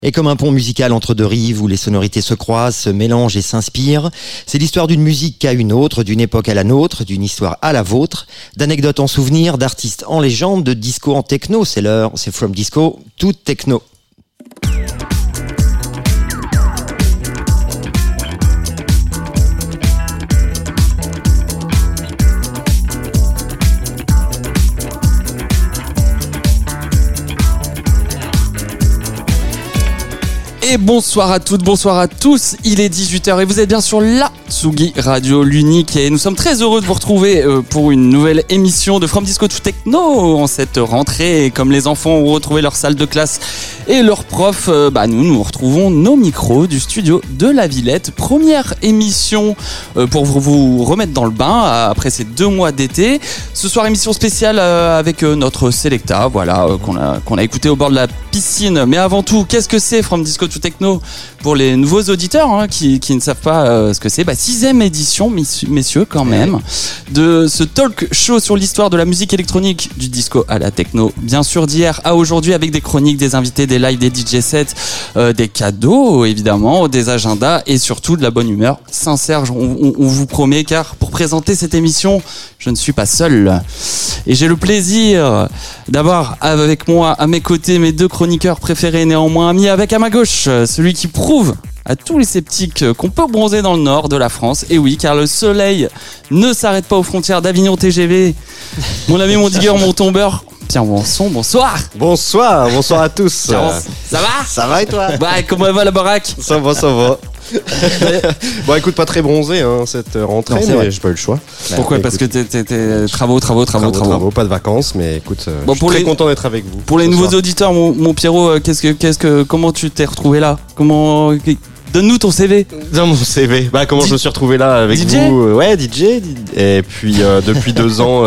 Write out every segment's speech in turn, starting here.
Et comme un pont musical entre deux rives où les sonorités se croisent, se mélangent et s'inspirent, c'est l'histoire d'une musique qu'à une autre, d'une époque à la nôtre, d'une histoire à la vôtre, d'anecdotes en souvenir, d'artistes en légende, de disco en techno. C'est l'heure, c'est From Disco, tout techno. Et bonsoir à toutes, bonsoir à tous, il est 18h et vous êtes bien sur la Tsugi Radio, l'unique, et nous sommes très heureux de vous retrouver pour une nouvelle émission de From Disco to Techno en cette rentrée. Et comme les enfants ont retrouvé leur salle de classe et leurs profs, nous retrouvons nos micros du studio de la Villette. Première émission pour vous remettre dans le bain après ces 2 mois d'été. Ce soir, émission spéciale avec notre Selecta, qu'on a écouté au bord de la piscine. Mais avant tout, qu'est-ce que c'est From Disco to Techno pour les nouveaux auditeurs qui ne savent pas ce que c'est? 6e édition, messieurs, quand même, de ce talk show sur l'histoire de la musique électronique, du disco à la techno, bien sûr d'hier à aujourd'hui, avec des chroniques, des invités, des lives, des DJ sets, des cadeaux évidemment, des agendas et surtout de la bonne humeur sincère, on vous promet, car pour présenter cette émission, je ne suis pas seul et j'ai le plaisir d'avoir avec moi à mes côtés mes 2 chroniqueurs préférés, néanmoins amis, avec à ma gauche celui qui prouve à tous les sceptiques qu'on peut bronzer dans le nord de la France. Et oui, car le soleil ne s'arrête pas aux frontières d'Avignon TGV. Mon ami, mon digueur, mon tombeur, Pierre Bonson, bonsoir. Bonsoir à tous. Ça va? Ça va et toi? Comment va la baraque? Ça va. Bon, écoute, pas très bronzé cette rentrée, non, mais j'ai pas eu le choix. Pourquoi? Parce que t'es travaux, Pas de vacances, mais écoute, je suis très content d'être avec vous. Pour les nouveaux auditeurs, mon Pierrot, comment tu t'es retrouvé là? Donne-nous ton CV. Dans mon CV. Comment je me suis retrouvé là avec DJ? vous? Ouais, DJ. Et puis depuis 2 ans,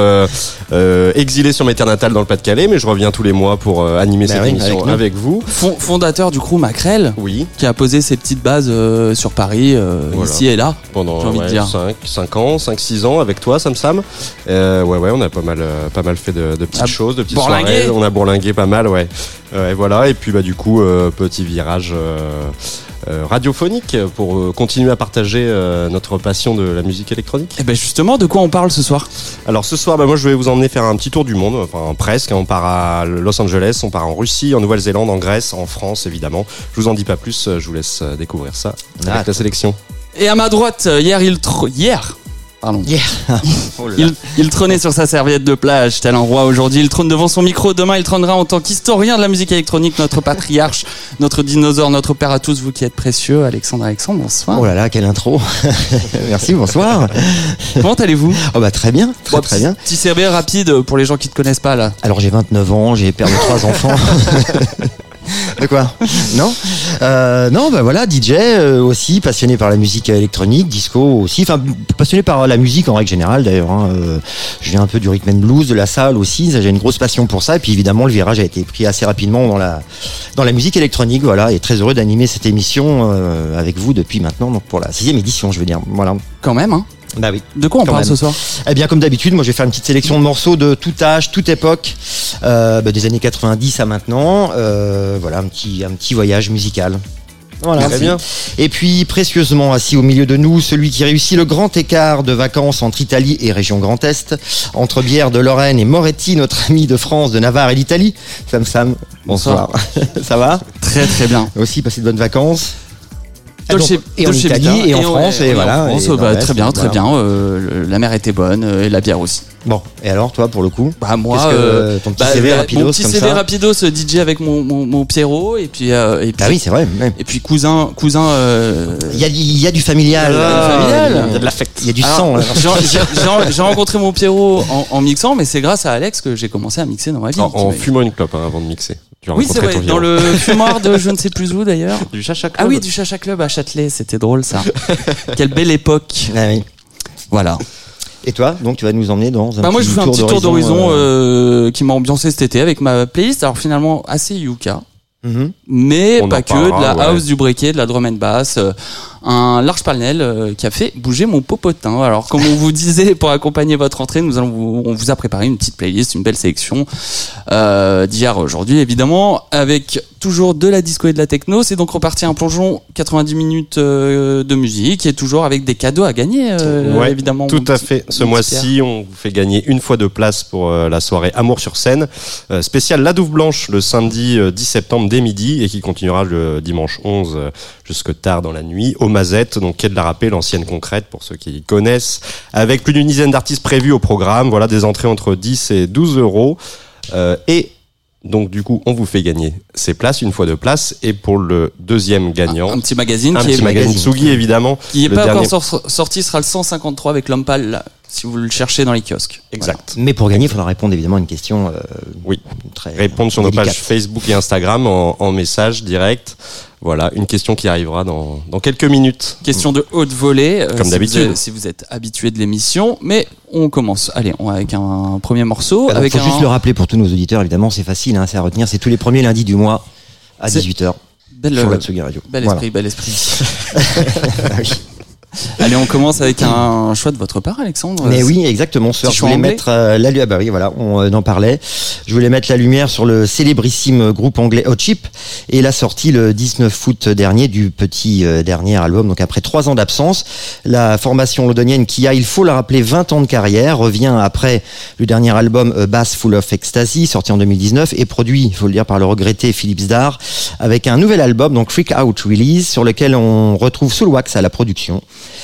exilé sur mes terres natales dans le Pas-de-Calais, mais je reviens tous les mois pour animer cette émission avec vous. Fondateur du crew Maquerelle. Oui. Qui a posé ses petites bases sur Paris, ici et là. Pendant j'ai envie de dire 5-6 ans avec toi, Sam. On a pas mal fait de petites choses, de petites soirées. On a bourlingué pas mal, ouais. Voilà. Et puis du coup, petit virage radiophonique pour continuer à partager notre passion de la musique électronique. Et justement, de quoi on parle ce soir? Alors ce soir, moi je vais vous emmener faire un petit tour du monde, enfin presque. On part à Los Angeles, on part en Russie, en Nouvelle-Zélande, en Grèce, en France évidemment. Je vous en dis pas plus, je vous laisse découvrir ça avec la sélection. Et à ma droite, hier, il trônait sur sa serviette de plage, tel un roi. Aujourd'hui, il trône devant son micro. Demain, il trônera en tant qu'historien de la musique électronique, notre patriarche, notre dinosaure, notre père à tous, vous qui êtes précieux. Alexandre, bonsoir. Oh là là, quelle intro. Merci, bonsoir. Comment allez-vous? Très bien, très bien. Petit CV rapide pour les gens qui te connaissent pas là. Alors j'ai 29 ans, j'ai père de 3 enfants. De quoi? Non, DJ aussi, passionné par la musique électronique, disco aussi, passionné par la musique en règle générale d'ailleurs. Je viens un peu du rhythm and blues, de la salle aussi, j'ai une grosse passion pour ça. Et puis évidemment, le virage a été pris assez rapidement dans la musique électronique, et très heureux d'animer cette émission avec vous depuis maintenant, donc pour la 6e édition, je veux dire. Voilà. Quand même, hein. Bah oui. De quoi on parle ce soir? Eh bien, comme d'habitude, moi je vais faire une petite sélection de morceaux de tout âge, toute époque, des années 90 à maintenant. Un petit voyage musical. Voilà. Très bien. Et puis, précieusement assis au milieu de nous, celui qui réussit le grand écart de vacances entre Italie et région Grand Est, entre Bière de Lorraine et Moretti, notre ami de France, de Navarre et d'Italie. Sam, bonsoir. Ça va? Très très bien. Aussi, passé de bonnes vacances. Et en Italie et en France, et voilà. Très bien. La mer était bonne et la bière aussi. Bon, et alors toi pour le coup? Moi, ton petit CV rapidos, mon petit CV rapidos, DJ avec mon Pierrot et puis oui, c'est vrai. Ouais. Et puis cousin. Il y a du familial. Il y a de l'affect. Il y a du sang. J'ai rencontré mon Pierrot en mixant, mais c'est grâce à Alex que j'ai commencé à mixer dans ma vie. En fumant une clope avant de mixer. Oui, c'est vrai, dans le fumoir de je ne sais plus où d'ailleurs. Du Chacha Club. Ah oui, du Chacha Club à Châtelet, c'était drôle ça. Quelle belle époque. Ah oui. Voilà. Et toi, donc tu vas nous emmener dans un moi je fais un petit tour d'horizon qui m'a ambiancé cet été avec ma playlist. Alors finalement assez yuka. Mais pas que, de la house, du breaké, de la drum and bass, un large panel qui a fait bouger mon popotin. Alors, comme on vous disait, pour accompagner votre entrée, on vous a préparé une petite playlist, une belle sélection d'hier à aujourd'hui, évidemment, avec toujours de la disco et de la techno. C'est donc reparti un plongeon 90 minutes de musique et toujours avec des cadeaux à gagner, évidemment. Tout à fait. Ce mois-ci, on vous fait gagner une fois de place pour la soirée Amour sur scène, spéciale La Douve Blanche le samedi 10 septembre dès midi et qui continuera le dimanche 11 jusque tard dans la nuit au Mazette, donc quai de la Râpée, l'ancienne Concrète pour ceux qui connaissent, avec plus d'une dizaine d'artistes prévus au programme. Voilà, des entrées entre 10 et 12 euros. Et donc du coup, on vous fait gagner ces places, une fois de place. Et pour le deuxième gagnant, un petit magazine, Tsugi évidemment, qui n'est pas encore sorti, sera le 153 avec l'homme pâle là, si vous le cherchez dans les kiosques. Exact. Voilà. Mais pour gagner, il faudra répondre évidemment à une question. Répondre sur délicate. nos pages Facebook et Instagram en message direct. Voilà, une question qui arrivera dans quelques minutes. Question de haute volée, comme d'habitude. Si vous êtes habitué de l'émission. Mais on commence. Allez, avec un premier morceau. Il faut juste le rappeler pour tous nos auditeurs, évidemment, c'est facile, c'est à retenir. C'est tous les premiers lundis du mois à 18h sur la Tsugi Radio. Bel esprit. Oui. Allez, on commence avec un choix de votre part, Alexandre. Mais oui, exactement. Je voulais mettre on en parlait. Je voulais mettre la lumière sur le célébrissime groupe anglais Hot Chip et la sortie le 19 août dernier du petit dernier album. Donc après 3 ans d'absence, la formation londonienne qui a, il faut le rappeler, 20 ans de carrière, revient après le dernier album A Bass Full of Ecstasy, sorti en 2019 et produit, il faut le dire, par le regretté Philippe Zdar, avec un nouvel album, donc Freak Out Release, sur lequel on retrouve Soulwax à la production.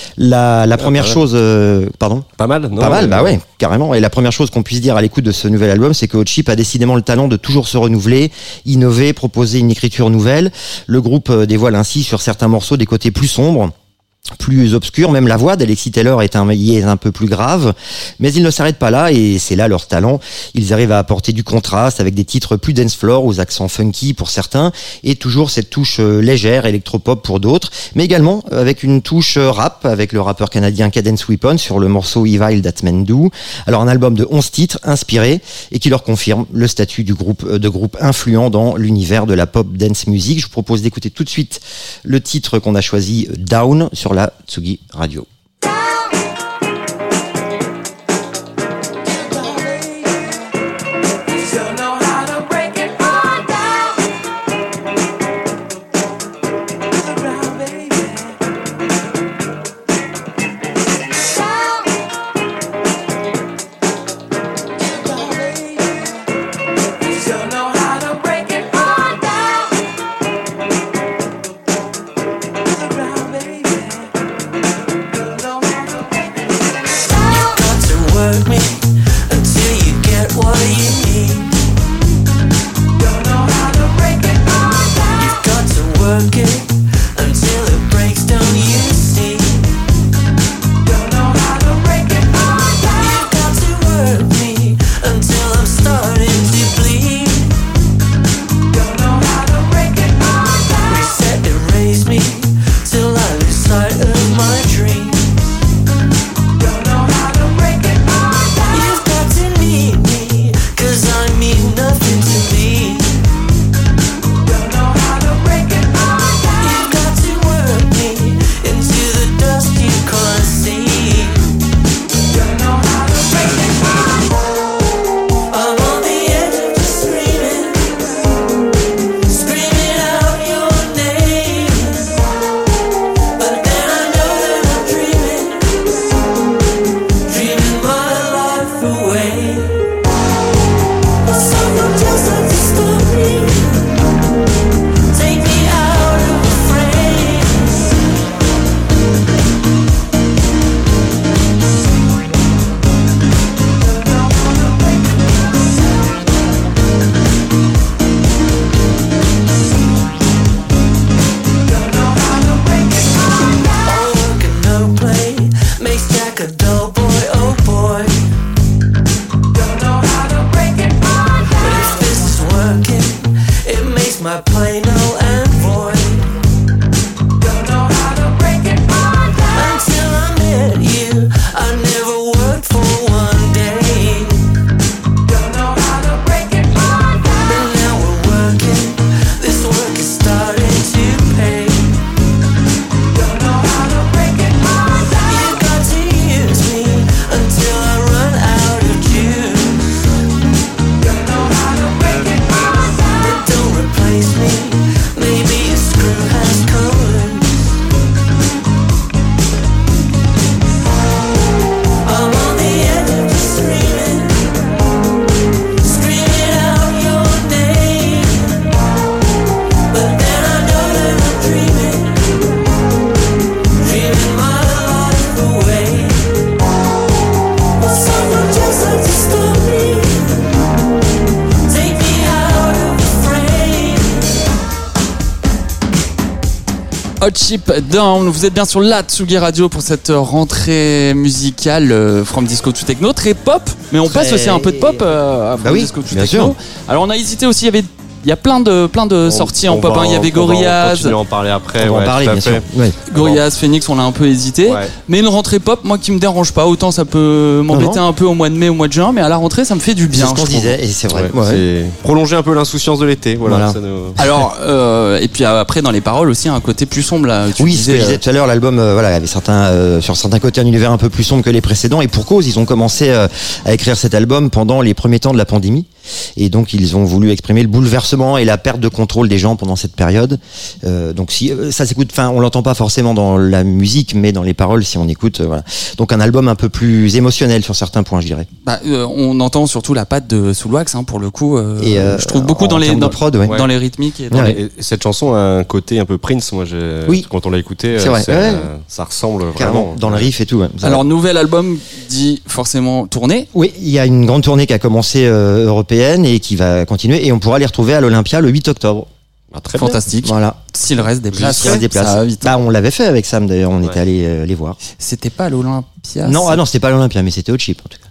La première chose, pardon. Pas mal, non? Pas mal, bah ouais, carrément. Et la première chose qu'on puisse dire à l'écoute de ce nouvel album, c'est que Hot Chip a décidément le talent de toujours se renouveler, innover, proposer une écriture nouvelle. Le groupe dévoile ainsi sur certains morceaux des côtés plus sombres, plus obscur, même la voix d'Alexis Taylor est un peu plus grave, mais ils ne s'arrêtent pas là et c'est là leur talent. Ils arrivent à apporter du contraste avec des titres plus dance floor aux accents funky pour certains et toujours cette touche légère, électropop pour d'autres, mais également avec une touche rap avec le rappeur canadien Cadence Weapon sur le morceau Evil That Men Do. Alors un album de 11 titres inspirés et qui leur confirme le statut de groupe influent dans l'univers de la pop dance music. Je vous propose d'écouter tout de suite le titre qu'on a choisi, Down, sur la Tsugi Radio. Hot Chip Down. Vous êtes bien sur la Tsugi Radio pour cette rentrée musicale From Disco to Techno, très pop, mais on passe aussi un peu de pop à From Disco to Techno. Sûr. Alors on a hésité aussi, il y a plein de sorties en pop. Il y avait Gorillaz. On va continuer à en parler après. On va en parler, bien sûr. Ouais. Gorillaz, Phoenix, on a un peu hésité. Ouais. Mais une rentrée pop, moi qui me dérange pas. Autant ça peut m'embêter un peu au mois de mai, au mois de juin, mais à la rentrée, ça me fait du bien. C'est ce qu'on disait, et c'est vrai. Ouais. C'est prolonger un peu l'insouciance de l'été. Voilà. Alors, et puis après, dans les paroles aussi, un côté plus sombre. Là, ce que je disais tout à l'heure, l'album, avait sur certains côtés un univers un peu plus sombre que les précédents. Et pour cause, ils ont commencé à écrire cet album pendant les premiers temps de la pandémie. Et donc ils ont voulu exprimer le bouleversement et la perte de contrôle des gens pendant cette période. Donc si ça s'écoute, on l'entend pas forcément dans la musique, mais dans les paroles, si on écoute, voilà. Donc un album un peu plus émotionnel sur certains points, je dirais. On entend surtout la patte de Soulwax, pour le coup. Je trouve beaucoup dans les rythmiques. Et cette chanson a un côté un peu Prince. Moi, quand on l'a écouté, ça ressemble vraiment dans le riff et tout. Alors nouvel album dit forcément tournée. Oui, il y a une grande tournée qui a commencé européenne et qui va continuer, et on pourra les retrouver à l'Olympia le 8 octobre. Très fantastique. Bien. Voilà. S'il reste des places. Ça va vite. On l'avait fait avec Sam d'ailleurs, on était allé les voir. C'était pas à l'Olympia. Non, c'était pas à l'Olympia, mais c'était Hot Chip en tout cas.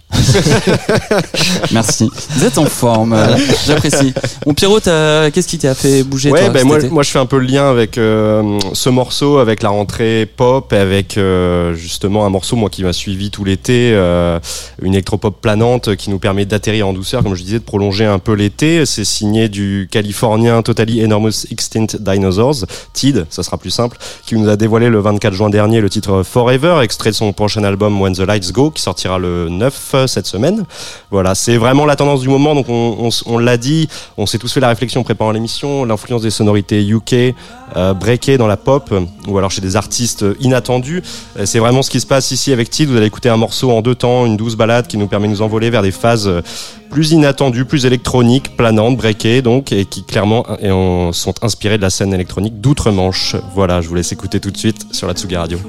Merci. Vous êtes en forme, j'apprécie. Bon, Pierrot, qu'est-ce qui t'a fait bouger toi, moi je fais un peu le lien avec ce morceau, avec la rentrée pop, et avec justement un morceau qui m'a suivi tout l'été, une électropop planante qui nous permet d'atterrir en douceur, comme je disais, de prolonger un peu l'été. C'est signé du Californien Totally Enormous Extinct Dinosaurs, TID, ça sera plus simple, qui nous a dévoilé le 24 juin dernier le titre Forever, extrait de son prochain album When the Lights Go, qui sortira le 9 cette semaine. Voilà, c'est vraiment la tendance du moment. Donc on l'a dit, on s'est tous fait la réflexion en préparant l'émission, l'influence des sonorités UK breakées dans la pop, ou alors chez des artistes inattendus. C'est vraiment ce qui se passe ici avec TID. Vous allez écouter un morceau en 2 temps, une douce balade qui nous permet de nous envoler vers des phases plus inattendues, plus électroniques, planantes, breakées donc, et qui clairement sont inspirées de la scène électronique d'outre-Manche. Voilà, je vous laisse écouter tout de suite sur la Tsugi Radio.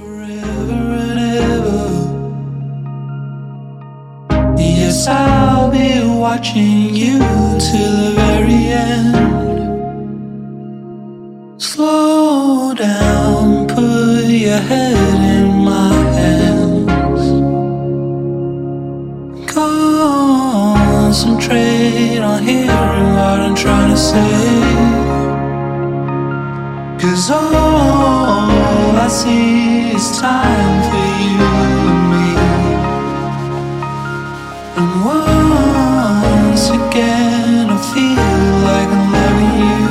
Yes, I'll be watching you till the very end. Slow down, put your head in my hands. Concentrate on hearing what I'm trying to say. 'Cause all I see is time for you and me. And once again I feel like I'm loving you.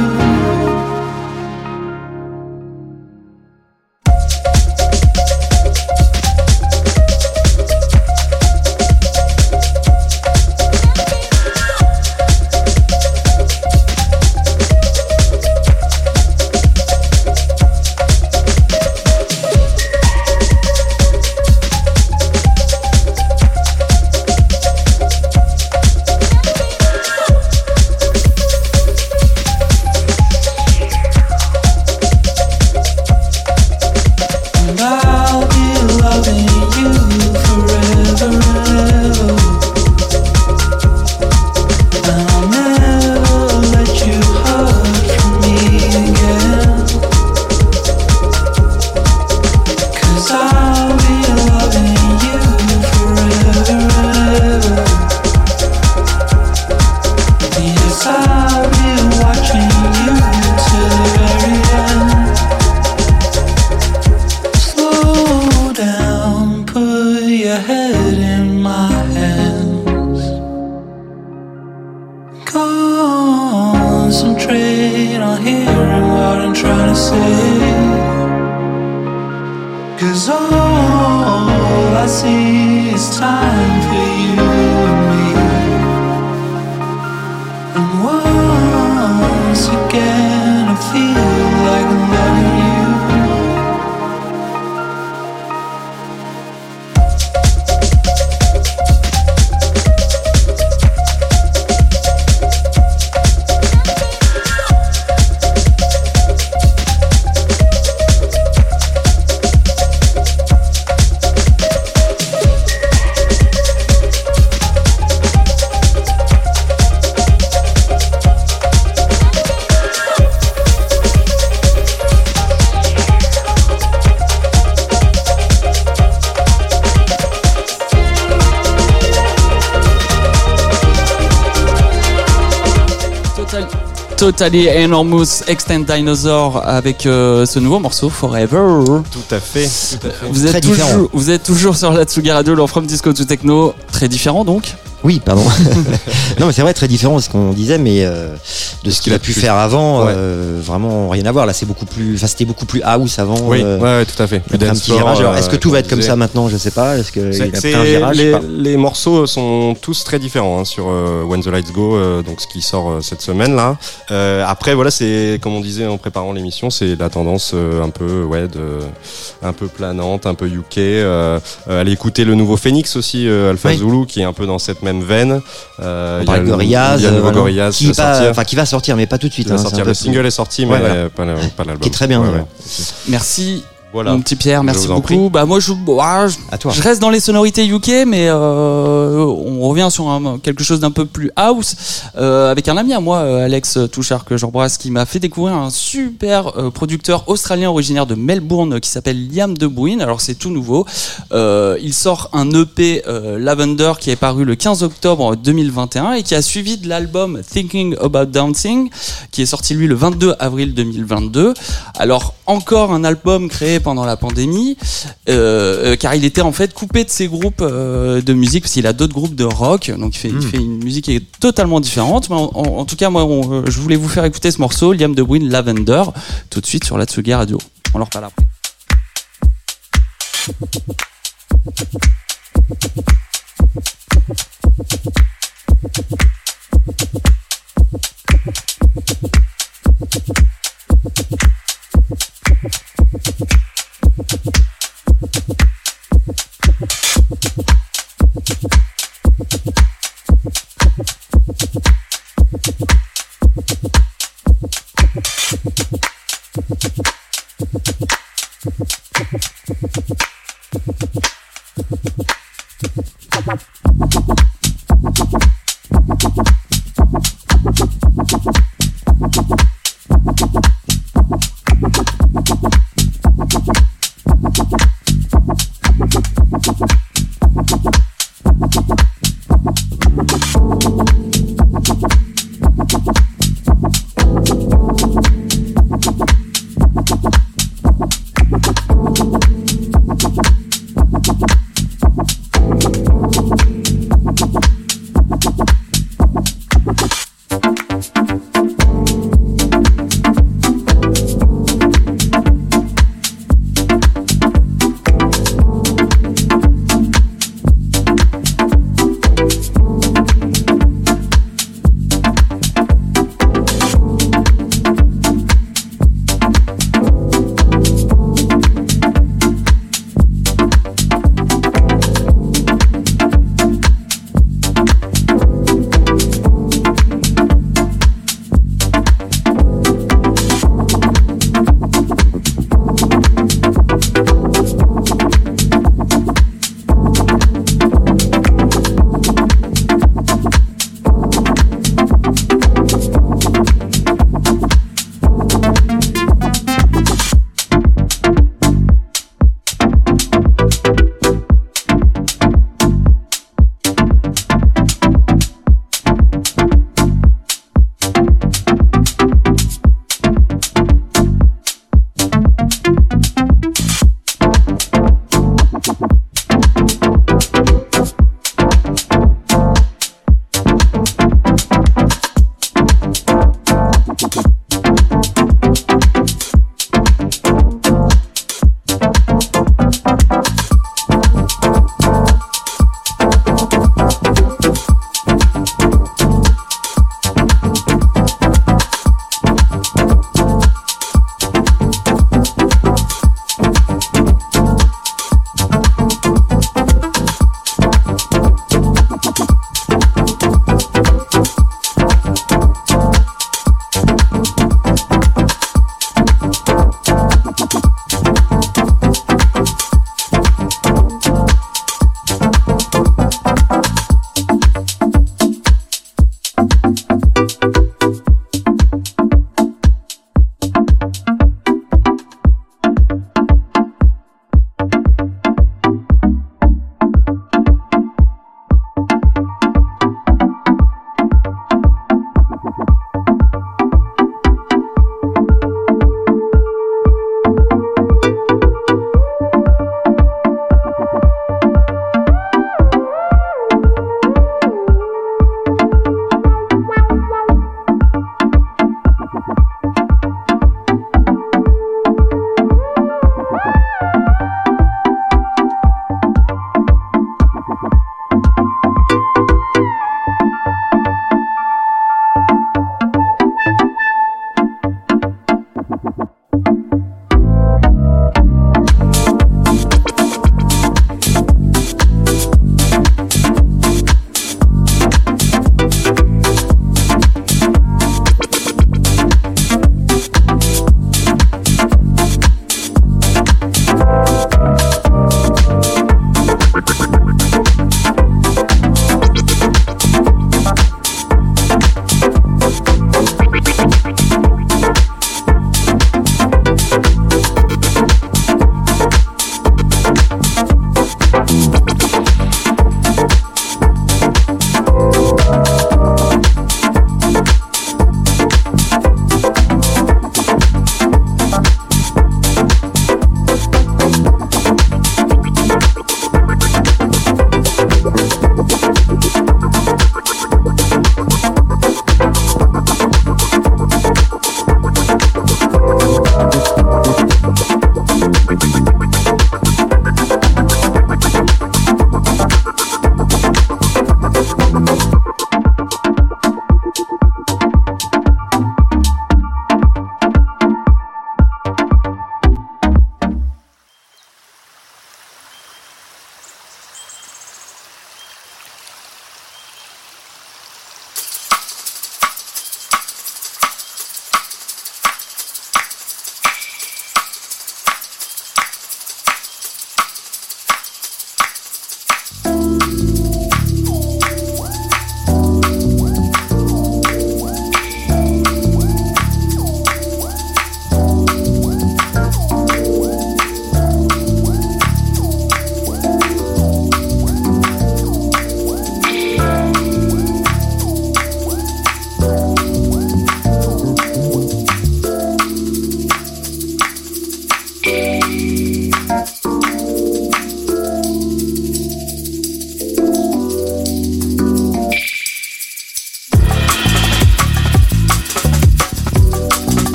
Totally Enormous Extinct Dinosaur avec ce nouveau morceau Forever. Tout à fait. Vous êtes toujours sur la Tsugi Radio, le From Disco to Techno. Très différent donc. Oui, pardon. Non, mais c'est vrai, très différent de ce qu'on disait, mais de ce qu'il a pu faire avant, vraiment rien à voir. Là, c'était beaucoup plus house avant. Oui, tout à fait. Un petit virage. Alors, est-ce que tout va être comme ça maintenant ? Je sais pas. Est-ce que il a pris un virage ? Les morceaux sont tous très différents sur When the Lights Go, donc ce qui sort cette semaine là. Après, voilà, c'est comme on disait en préparant l'émission, c'est la tendance un peu planante, un peu UK. Allez écouter le nouveau Phoenix aussi, Alpha Zulu, qui est un peu dans cette même veine. On parle de Gorillaz, qui va sortir, mais pas tout de suite. Le single est sorti, mais pas l'album. Qui est très bien. Merci. Voilà. Mon petit Pierre, merci beaucoup. Bah moi je reste dans les sonorités UK, mais on revient sur quelque chose d'un peu plus house avec un ami à moi, Alex Touchard, que j'embrasse, qui m'a fait découvrir un super producteur australien originaire de Melbourne qui s'appelle Liam De Bruin. Alors c'est tout nouveau. Il sort un EP Lavender qui est paru le 15 octobre 2021 et qui a suivi de l'album Thinking About Dancing qui est sorti lui le 22 avril 2022. Alors encore un album créé pendant la pandémie, car il était en fait coupé de ses groupes de musique, parce qu'il a d'autres groupes de rock, donc il fait une musique qui est totalement différente. Mais en tout cas, moi, je voulais vous faire écouter ce morceau, Liam De Bruin, Lavender, tout de suite sur la Tsugi Radio. On leur parle après.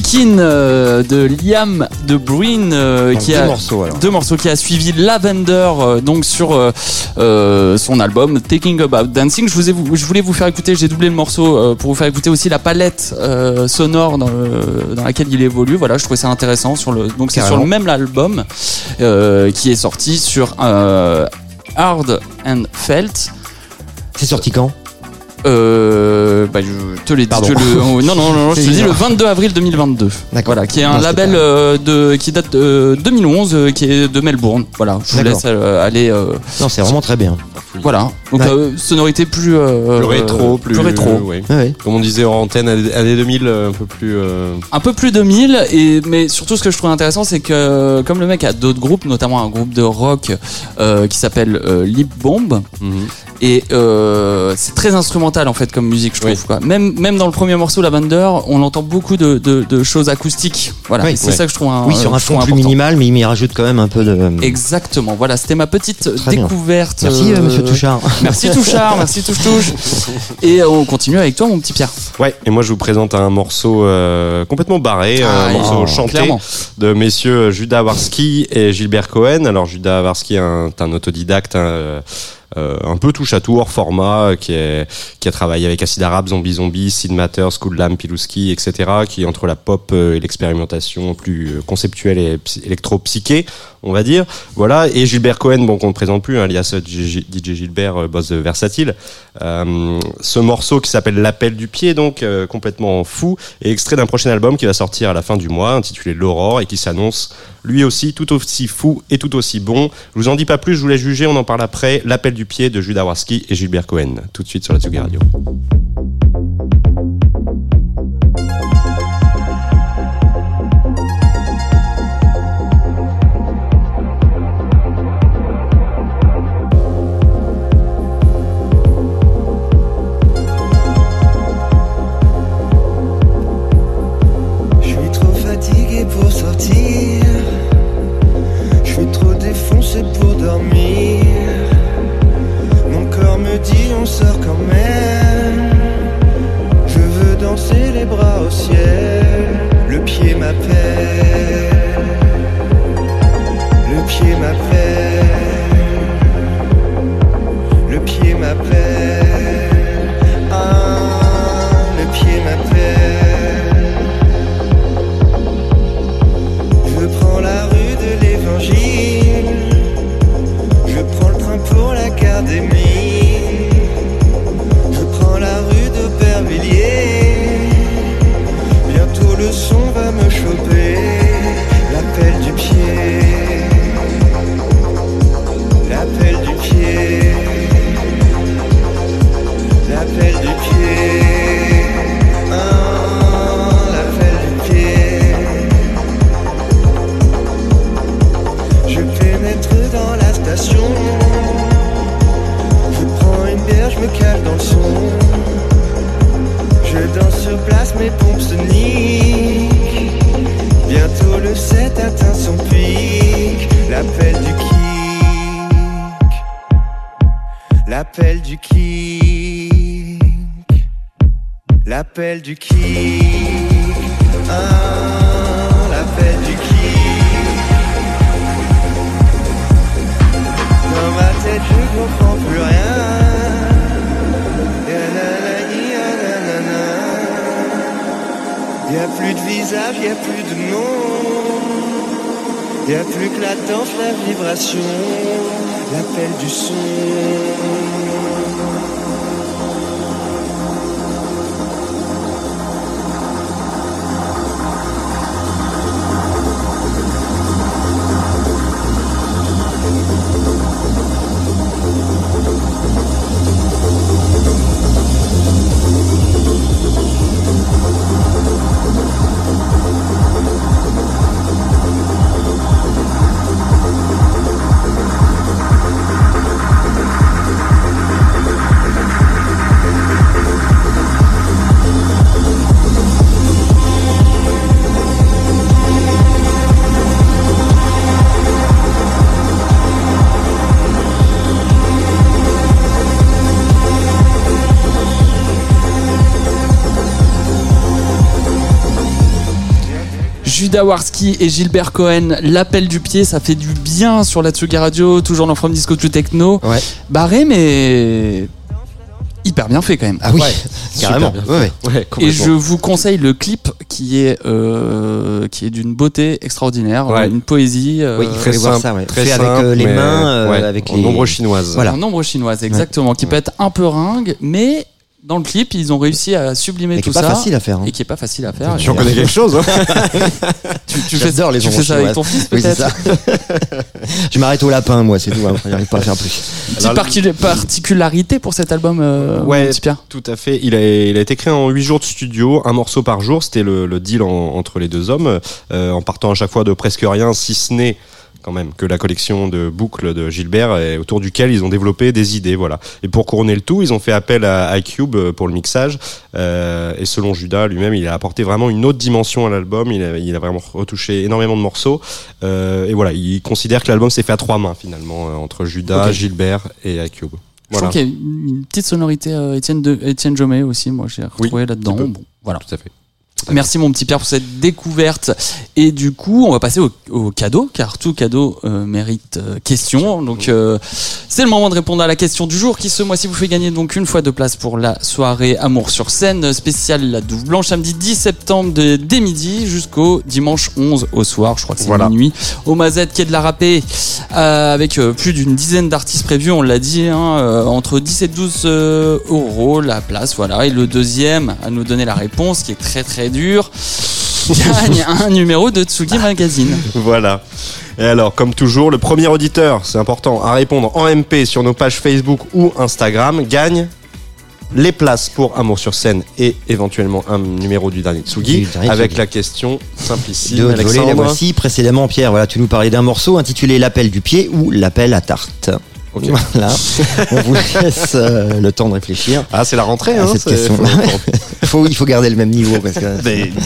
Skin de Liam de Bruyne qui a deux morceaux qui a suivi Lavender donc sur son album Thinking About Dancing. Je voulais vous faire écouter, j'ai doublé le morceau pour vous faire écouter aussi la palette sonore dans laquelle il évolue. Voilà, je trouvais ça intéressant donc c'est sur le même album qui est sorti sur Hard and Felt. C'est sorti quand? Je te l'ai dit. Non, je te dis le 22 avril 2022. D'accord. Voilà, qui est un label qui date de 2011, qui est de Melbourne. Voilà, je vous laisse aller. Non, c'est vraiment très bien. Voilà, donc sonorité plus rétro, plus rétro. Oui. Ouais. Comme on disait en antenne, années 2000, un peu plus 2000. Mais surtout, ce que je trouve intéressant, c'est que comme le mec a d'autres groupes, notamment un groupe de rock qui s'appelle Lip Bomb. Et c'est très instrumental en fait comme musique, je trouve. Quoi. Même dans le premier morceau Lavender, on entend beaucoup de choses acoustiques. Voilà, et c'est ça que je trouve sur un fond plus minimal, mais il m'y rajoute quand même un peu de. Exactement. Voilà, c'était ma petite découverte. Merci Monsieur Touchard. Merci Touchard, merci Touche. Et on continue avec toi, mon petit Pierre. Ouais. Et moi je vous présente un morceau complètement barré, un morceau chanté clairement. De messieurs Judah Warski et Gilbert Cohen. Alors Judah Warski est un autodidacte. Un peu touche à tout hors format, qui a travaillé avec Acid Arabe, Zombie, Sid Matter, Schoollam, Pilouski, etc., qui est entre la pop et l'expérimentation plus conceptuelle et électro-psyché, on va dire. Voilà. Et Gilbert Cohen, bon, qu'on ne présente plus, alias DJ Gilbert, boss de Versatile. Ce morceau qui s'appelle L'Appel du Pied, donc, complètement fou, est extrait d'un prochain album qui va sortir à la fin du mois, intitulé L'Aurore, et qui s'annonce lui aussi tout aussi fou et tout aussi bon. Je vous en dis pas plus, je vous laisse juger, on en parle après. L'Appel du Pied de Judah Warski et Gilbert Cohen, tout de suite sur la Tsugi Radio. Je suis trop fatigué pour sortir, je suis trop défoncé pour dormir. Mon corps me dit on sort quand même. Je veux danser les bras au ciel. Le pied m'appelle. Le pied m'appelle. Le pied m'appelle. Ah, le pied m'appelle. Je prends la rue de l'Évangile. Je prends le train pour l'Académie. Je prends la rue d'Aubervilliers. Bientôt le son va me choper. L'appel du pied. L'appel du pied. L'appel du pied. Ah, l'appel du pied. Je pénètre dans la station. Je prends une bière, je me cale dans le son. Je danse sur place, mes pompes se niquent. Bientôt le set atteint son pic. L'appel du kick. L'appel du kick. L'appel du kick. Ah, l'appel du kick. Dans ma tête je comprends plus rien. Y'a plus de visage, y'a plus de nom. Y'a plus que la danse, la vibration. L'appel du son. Dawarski et Gilbert Cohen, l'appel du pied, ça fait du bien sur la Tsugi Radio, toujours dans From Disco to Techno. Ouais. Barré, mais hyper bien fait quand même. Ah oui, Ouais, carrément. super bien Ouais. Ouais, Et complètement. je vous conseille le clip qui est d'une beauté extraordinaire, Ouais. une poésie. Oui, il faut Très aller voir simple, ça. Ouais. très Fait avec simple, les mais- mains, ouais, avec en les nombre chinoise. Voilà. En nombre chinoise, exactement, qui peut être un peu ringue, mais dans le clip, ils ont réussi à sublimer Mais qui tout est pas ça. facile à faire. Hein. Et qui est pas facile à faire. Tu en connais quelque chose, hein? Tu fais, J'adore les tu ombres fais ça avec chinoises. ton fils Oui, c'est peut-être. ça. Je m'arrête au lapin, moi, c'est tout. Hein. J'arrive pas à faire plus. Petite particularité pour cet album, Ouais. mon petit Pierre. Tout à fait. Il a été créé en 8 jours de studio, un morceau par jour. C'était le deal entre les deux hommes, en partant à chaque fois de presque rien, si ce n'est quand même que la collection de boucles de Gilbert, et autour duquel ils ont développé des idées, voilà. Et pour couronner le tout, ils ont fait appel à iCube pour le mixage. Et selon Judas lui-même, il a apporté vraiment une autre dimension à l'album. Il a vraiment retouché énormément de morceaux. Et voilà, il considère que l'album s'est fait à 3 mains finalement, entre Judas, Ok. Gilbert et iCube. Je Voilà. trouve qu'il y a une petite sonorité Étienne Jomet aussi, moi j'ai retrouvé là-dedans. petit peu. Bon, voilà. Tout à fait. Merci mon petit Pierre pour cette découverte. Et du coup, on va passer au cadeau, car tout cadeau mérite question. Donc c'est le moment de répondre à la question du jour qui ce mois-ci vous fait gagner donc une fois de place pour la soirée Amour sur scène spéciale La Douve Blanche, samedi 10 septembre dès midi jusqu'au dimanche 11 au soir, je crois que c'est Voilà. minuit, au Mazette quai de la Râpée, avec plus d'une dizaine d'artistes prévus, on l'a dit, entre 10 et 12 euros la place, voilà. Et le deuxième à nous donner la réponse, qui est très très dur, gagne un numéro de Tsugi Magazine. Voilà. Et alors, comme toujours, le premier auditeur, c'est important, à répondre en MP sur nos pages Facebook ou Instagram, gagne les places pour Amour sur scène et éventuellement un numéro du dernier Tsugi, Du dernier avec Tsugi. la question simplissime, De haute volée, la Alexandre. voici. Précédemment, Pierre, voilà, tu nous parlais d'un morceau intitulé L'appel du pied ou L'appel à tarte. Ok. Voilà. On vous laisse le temps de réfléchir Ah, c'est la rentrée, à hein, cette c'est- question. Il faut garder le même niveau parce que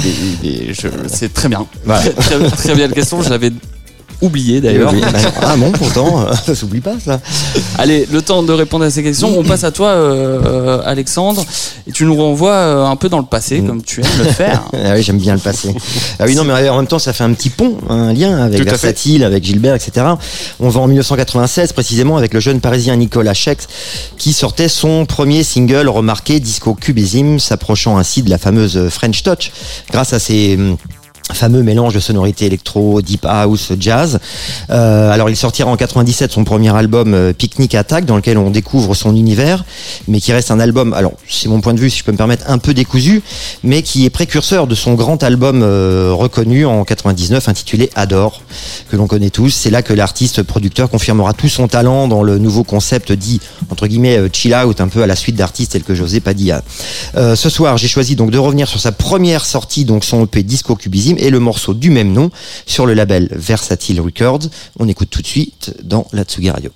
C'est très bien. Voilà. Très bien la question, je l'avais oublié d'ailleurs. Oui. Ah bon, pourtant, ça s'oublie pas ça. Allez, le temps de répondre à ces questions. On passe à toi, Alexandre, et tu nous renvoies un peu dans le passé, comme tu aimes le faire. Ah oui, j'aime bien le passé. Ah oui, non, mais en même temps, ça fait un petit pont, un lien avec Tout à fait. Versatile, avec Gilbert, etc. On va en 1996, précisément, avec le jeune parisien Nicolas Schex, qui sortait son premier single remarqué, Disco Cubism, s'approchant ainsi de la fameuse French Touch, grâce à ses fameux mélange de sonorités électro, deep house, jazz. Alors il sortira en 97 son premier album Picnic Attack, dans lequel on découvre son univers, mais qui reste un album, alors c'est mon point de vue si je peux me permettre, un peu décousu, mais qui est précurseur de son grand album reconnu en 99 intitulé Adore, que l'on connaît tous. C'est là que l'artiste producteur confirmera tout son talent dans le nouveau concept dit entre guillemets chill out, un peu à la suite d'artistes tels que José Padilla. Ce soir j'ai choisi donc de revenir sur sa première sortie, donc son EP Disco Cubism, et le morceau du même nom sur le label Versatile Records. On écoute tout de suite dans la Tsugi Radio.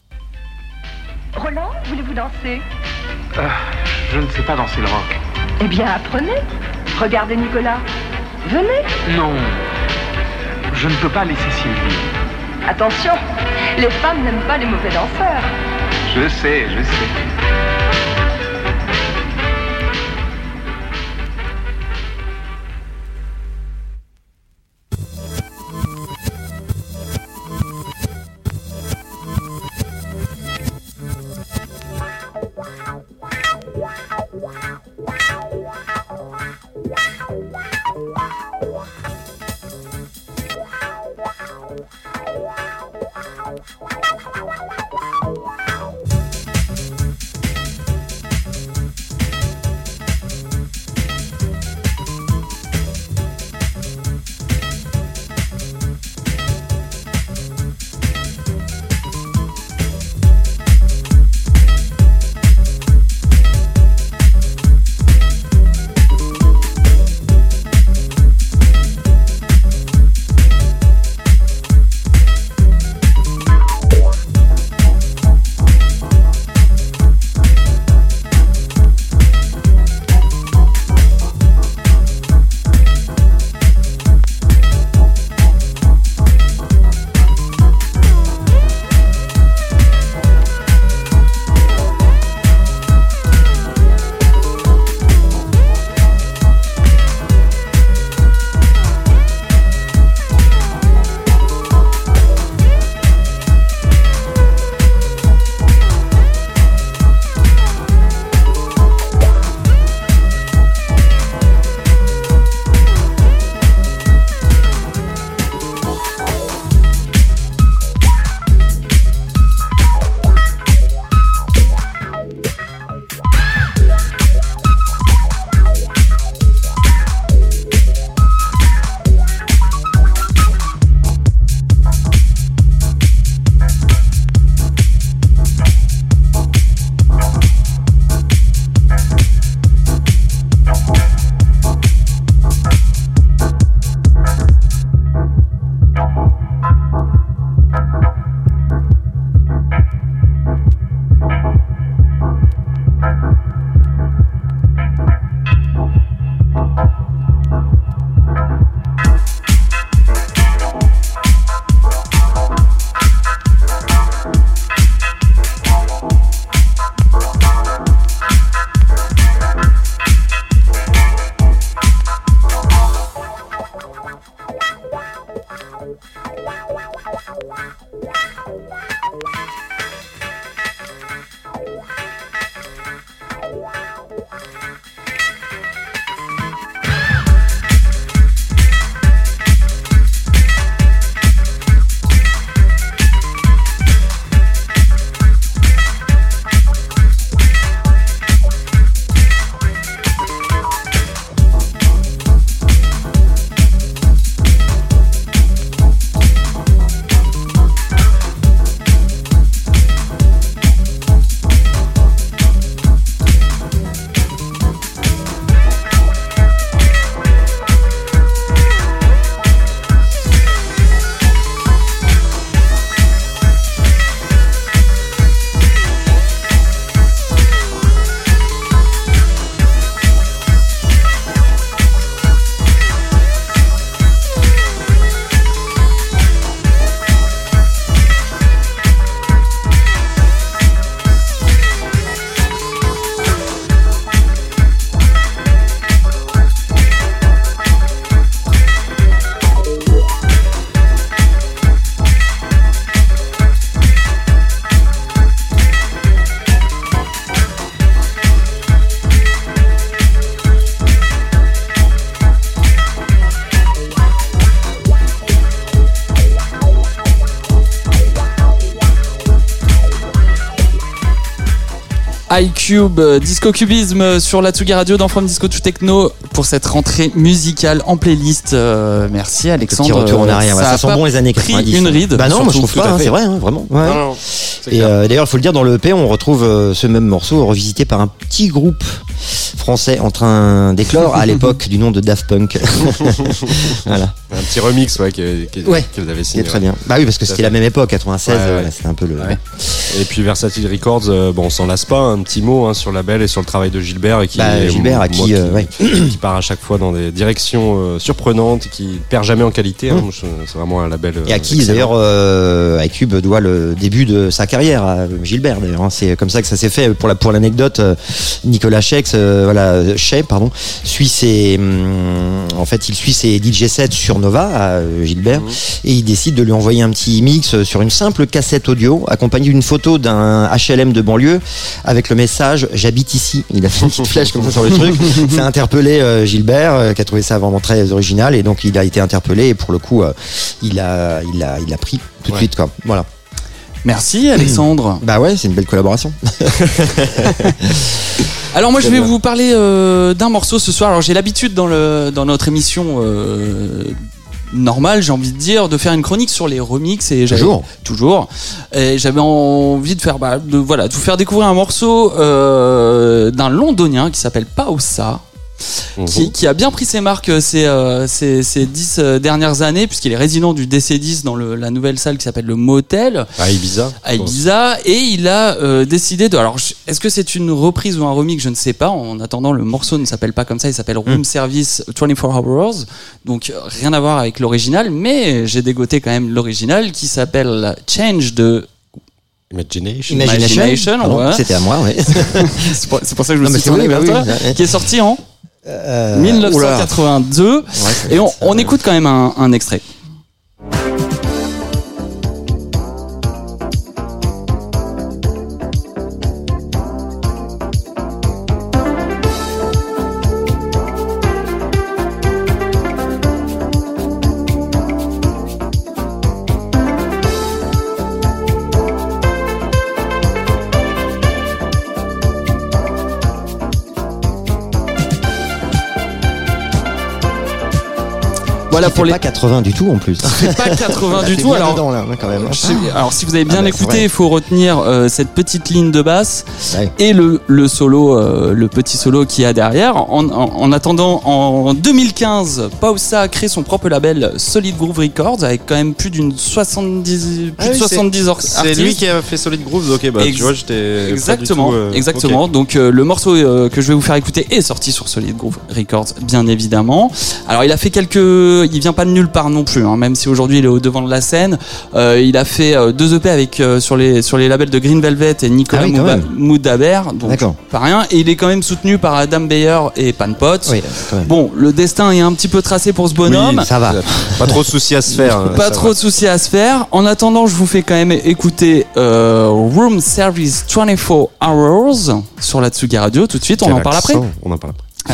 Roland, voulez-vous danser? Je ne sais pas danser le rock. Eh bien, apprenez. Regardez Nicolas. Venez. Non, je ne peux pas laisser Sylvie. Attention, les femmes n'aiment pas les mauvais danseurs. Je sais, je sais. iCube, Disco Cubisme sur la Tsugi Radio dans From Disco to Techno pour cette rentrée musicale en playlist. Merci Alexandre. Petit retour en arrière, ça sent bon les années 90. Pris une ride. Bah non, moi je trouve pas, c'est vrai, hein, vraiment. Ouais. Non, et d'ailleurs, il faut le dire, dans le EP, on retrouve ce même morceau revisité par un petit groupe français en train d'éclore à l'époque du nom de Daft Punk. Voilà. Un petit remix, que vous avez signé. C'est très bien. Bah oui, parce que c'était la même époque, 96, c'était un peu le. Ouais. Et puis Versatile Records, on s'en lasse pas. Un petit mot sur le label et sur le travail de Gilbert, et qui part à chaque fois dans des directions surprenantes, et qui perd jamais en qualité. C'est vraiment un label. Et à qui d'ailleurs iCube doit le début de sa carrière, à Gilbert d'ailleurs. C'est comme ça que ça s'est fait. Pour l'anecdote, Nicolas Shea suit ses DJ sets sur Nova à Gilbert, et il décide de lui envoyer un petit mix sur une simple cassette audio accompagnée d'une photo d'un HLM de banlieue avec le message j'habite ici. Il a fait une petite flèche comme ça sur le truc. Fait interpeller Gilbert, qui a trouvé ça vraiment très original, et donc il a été interpellé, et pour le coup il a pris tout de suite quoi. Voilà. Merci Alexandre. Bah ouais, c'est une belle collaboration. Alors moi je vais vous parler d'un morceau ce soir. Alors j'ai l'habitude dans notre émission normale, j'ai envie de dire, de faire une chronique sur les remixes, et toujours. Et j'avais envie de faire de vous faire découvrir un morceau d'un londonien qui s'appelle Pausa. Qui a bien pris ses marques ces 10 dernières années, puisqu'il est résident du DC10 dans la nouvelle salle qui s'appelle le Motel à Ibiza, et il a décidé de... Alors est-ce que c'est une reprise ou un remix, je ne sais pas. En attendant, le morceau ne s'appelle pas comme ça, il s'appelle Room Service 24 Hours, donc rien à voir avec l'original, mais j'ai dégoté quand même l'original qui s'appelle Change de Imagination. Ouais. C'était à moi, ouais. C'est pour ça que je me suis tourné vers toi, qui est sorti en 1982, et on écoute quand même un extrait. Voilà pour les pas 80 du tout en plus. C'est pas 80 du tout. Alors, dedans, là, quand même. Alors si vous avez bien écouté, il faut retenir cette petite ligne de basse et le solo, le petit solo qu'il y a derrière. En attendant, en 2015, Pausa a créé son propre label Solid Groove Records avec quand même plus de 70 artistes. C'est lui qui a fait Solid Groove. Ok, tu vois, j'étais exactement. Okay. Donc le morceau que je vais vous faire écouter est sorti sur Solid Groove Records, bien évidemment. Alors il a fait il vient pas de nulle part non plus, même si aujourd'hui il est au devant de la scène. Il a fait 2 EP avec sur les labels de Green Velvet et Nicolas Moudaber, donc pas rien. Et il est quand même soutenu par Adam Beyer et Panpot. Oui, bon, le destin est un petit peu tracé pour ce bonhomme. Oui, ça va. Pas trop de soucis à se faire. Pas trop de soucis à se faire. En attendant, je vous fais quand même écouter Room Service 24 Hours sur la Tsugi Radio. Tout de suite, on en parle après. On en parle après.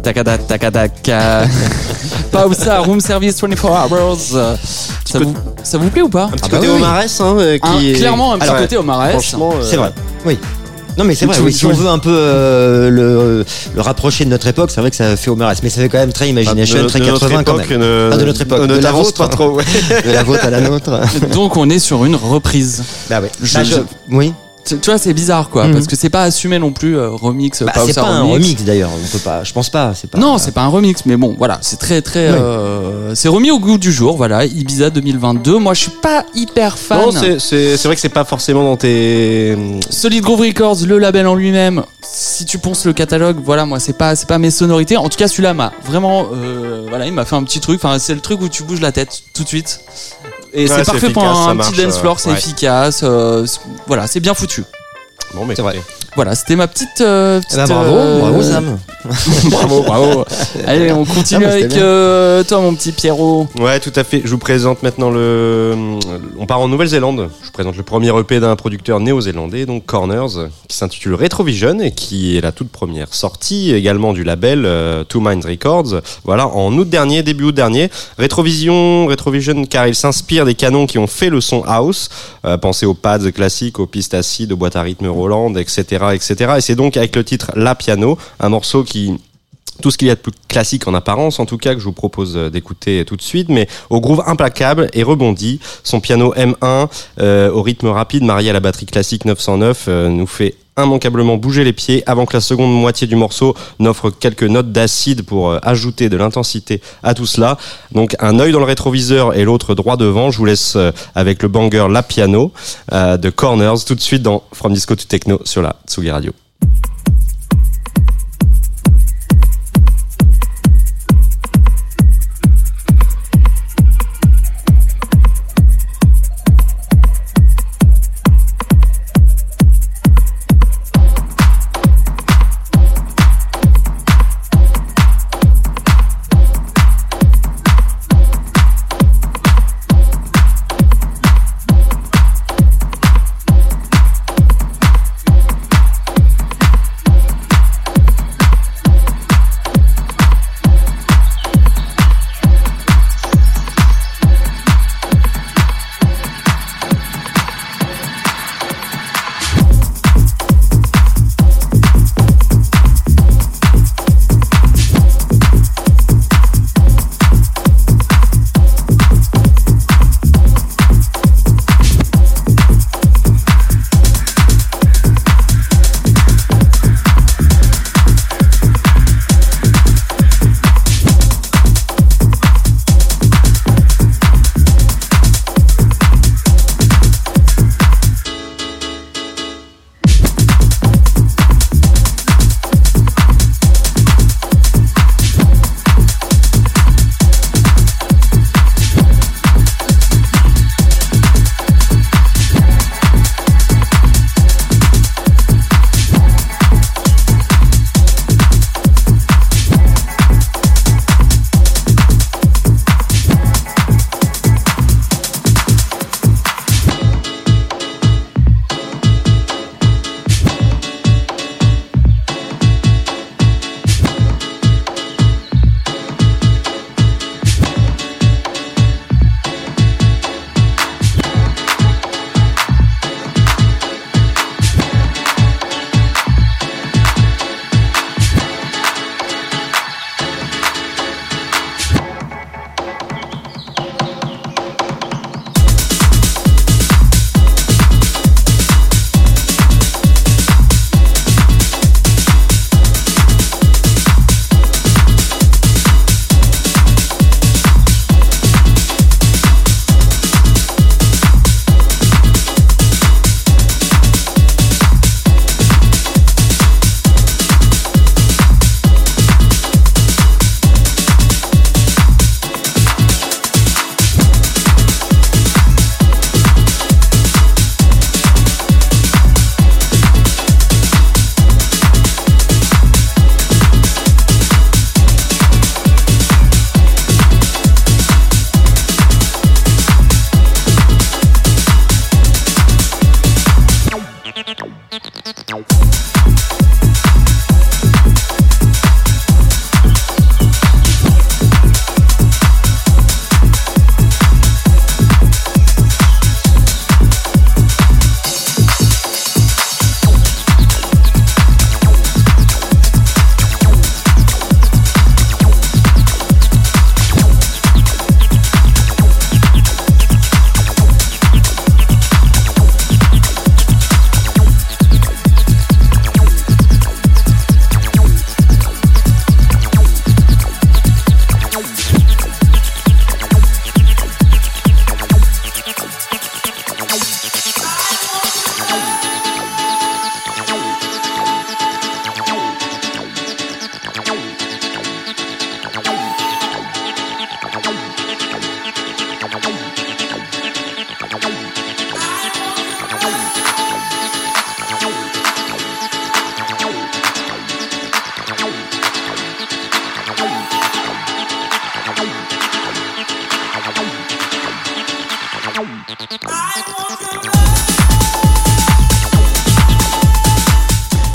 Takadaka. Pausa, room service 24 hours. Ça vous plaît ou pas? Un petit côté Omarès, hein, clairement un petit côté Omarès. Franchement, c'est vrai. Oui. Non mais c'est vrai, oui, si on veut un peu le rapprocher de notre époque, c'est vrai que ça fait Omarès, mais ça fait quand même très Imagination, très 80 quand même. De notre époque, ne de la t'avance vôtre, pas trop. Ouais. de la vôtre à la nôtre. Donc on est sur une reprise. Bah ouais. Oui. Tu vois, c'est bizarre quoi, parce que c'est pas assumé non plus remix. C'est pas un remix d'ailleurs, on peut pas. Je pense pas. C'est pas. Non, c'est pas un remix, mais bon, voilà, c'est très. C'est remis au goût du jour, voilà. Ibiza 2022. Moi, je suis pas hyper fan. Non, c'est vrai que c'est pas forcément dans tes. Solid Groove Records, le label en lui-même. Si tu ponces le catalogue, voilà, moi, c'est pas mes sonorités. En tout cas, celui-là m'a vraiment, voilà, il m'a fait un petit truc. Enfin, c'est le truc où tu bouges la tête tout de suite. Et c'est parfait pour un petit dance floor, c'est efficace. Voilà, c'est bien foutu. Bon, mais c'est vrai. Voilà, c'était ma petite. Bravo Sam. bravo. Allez, on continue avec toi, mon petit Pierrot. Ouais, tout à fait. Je vous présente maintenant on part en Nouvelle-Zélande. Je vous présente le premier EP d'un producteur néo-zélandais, donc Corners, qui s'intitule Retrovision et qui est la toute première sortie également du label Two Minds Records. Voilà, en début août dernier. Retrovision, car il s'inspire des canons qui ont fait le son house. Pensez aux pads classiques, aux pistes acides, aux boîtes à rythme Roland, etc. Et c'est donc avec le titre La Piano, un morceau qui... Tout ce qu'il y a de plus classique en apparence, en tout cas, que je vous propose d'écouter tout de suite, mais au groove implacable et rebondi. Son piano M1, au rythme rapide, marié à la batterie classique 909, nous fait immanquablement bouger les pieds avant que la seconde moitié du morceau n'offre quelques notes d'acide pour ajouter de l'intensité à tout cela. Donc un œil dans le rétroviseur et l'autre droit devant. Je vous laisse avec le banger La Piano de Corners tout de suite dans From Disco to Techno sur la Tsugi Radio.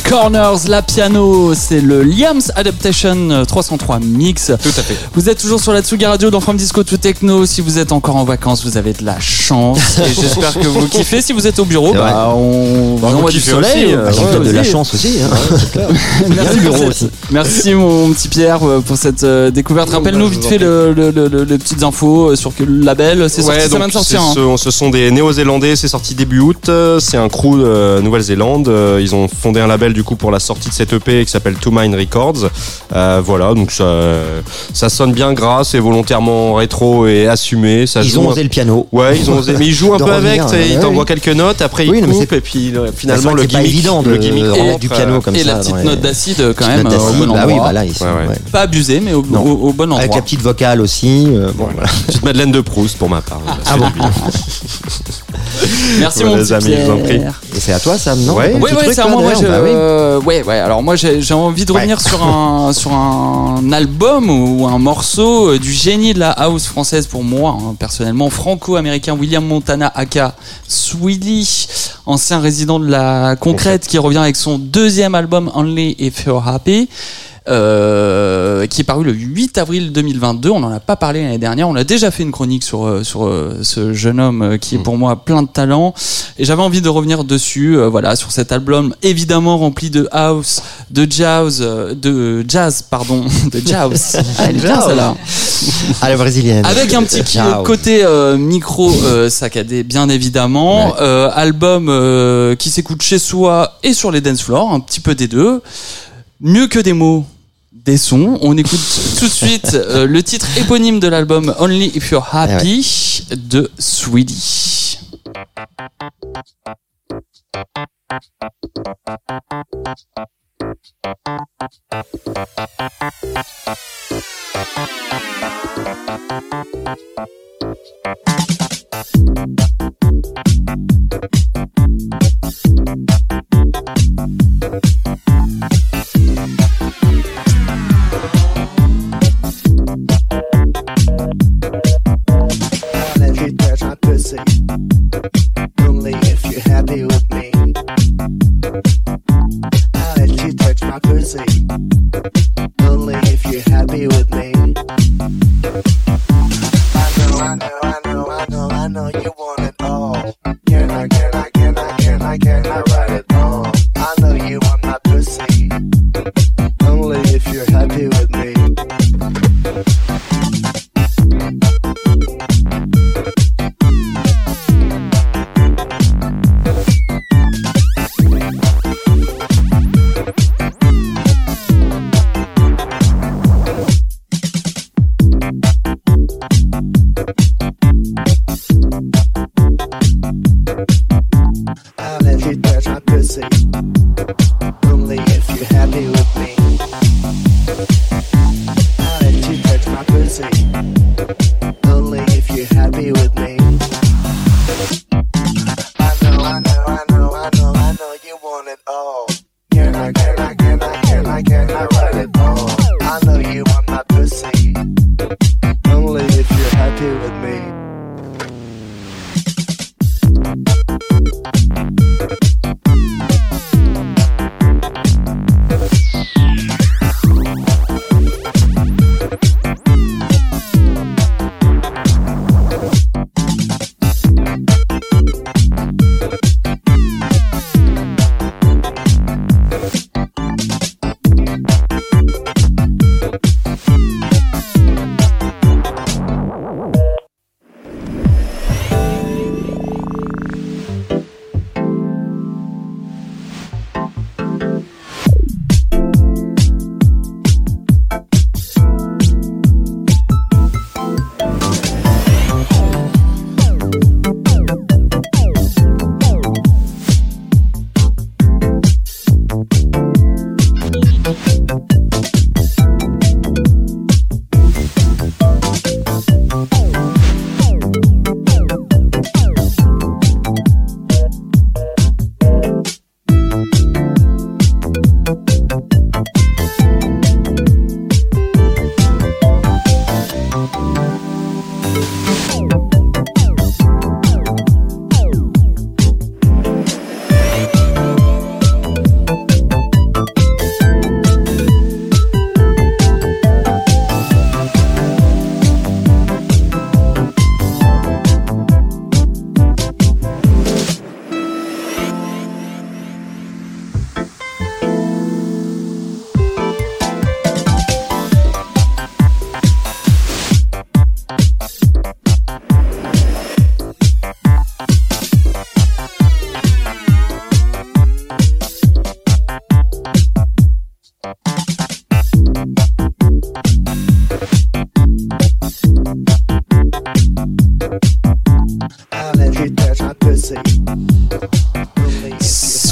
Corners, la piano, c'est le Liam's Adaptation 303 Mix. Tout à fait. Vous êtes toujours sur la Tsugi Radio dans From Disco to Techno. Si vous êtes encore en vacances, vous avez de la chance. Et j'espère que vous kiffez. Si vous êtes au bureau, on vous envoie du soleil. Vous avez de la chance aussi. Merci, bureau aussi. Merci mon petit Pierre pour cette découverte. Rappelle-nous vite fait les petites infos sur quel label c'est sorti. Donc ce sont des Néo-Zélandais. C'est sorti début août. C'est un crew Nouvelle-Zélande. Ils ont fondé un label du coup pour la sortie de cette EP qui s'appelle Two Mind Records. Voilà, donc ça sonne bien gras, c'est volontairement rétro et assumé. Ils ont osé le piano. Ouais, ils ont osé, mais ils jouent un peu avec. Ils t'envoient quelques notes, après ils coupent et puis finalement le gimmick, le gimmick du piano comme et ça. la petite note d'acide quand même au bon endroit. Ah oui, voilà, pas abusé, mais au bon endroit. Avec la petite vocale aussi. Voilà. Petite Madeleine de Proust pour ma part. Merci mon petit amis, je vous en prie. Et c'est à toi Sam, non? Ouais, c'est à moi. Alors moi j'ai envie de revenir sur un album ou un morceau du génie de la house française pour moi, personnellement, franco-américain William Montana aka Sweedy, ancien résident de la Concrète, qui revient avec son deuxième album Only If You're Happy. Qui est paru le 8 avril 2022. On n'en a pas parlé l'année dernière. On a déjà fait une chronique sur ce jeune homme qui est pour moi plein de talent. Et j'avais envie de revenir dessus, sur cet album évidemment rempli de house, de jazz. Elle est bien celle-là. À la brésilienne. Avec un petit côté micro saccadé, bien évidemment. Ouais. Album qui s'écoute chez soi et sur les dance floors, un petit peu des deux. Mieux que des mots, des sons. On écoute tout de suite le titre éponyme de l'album Only If You're Happy de Sweedy. Only if you're happy with me. I'll let you touch my pussy.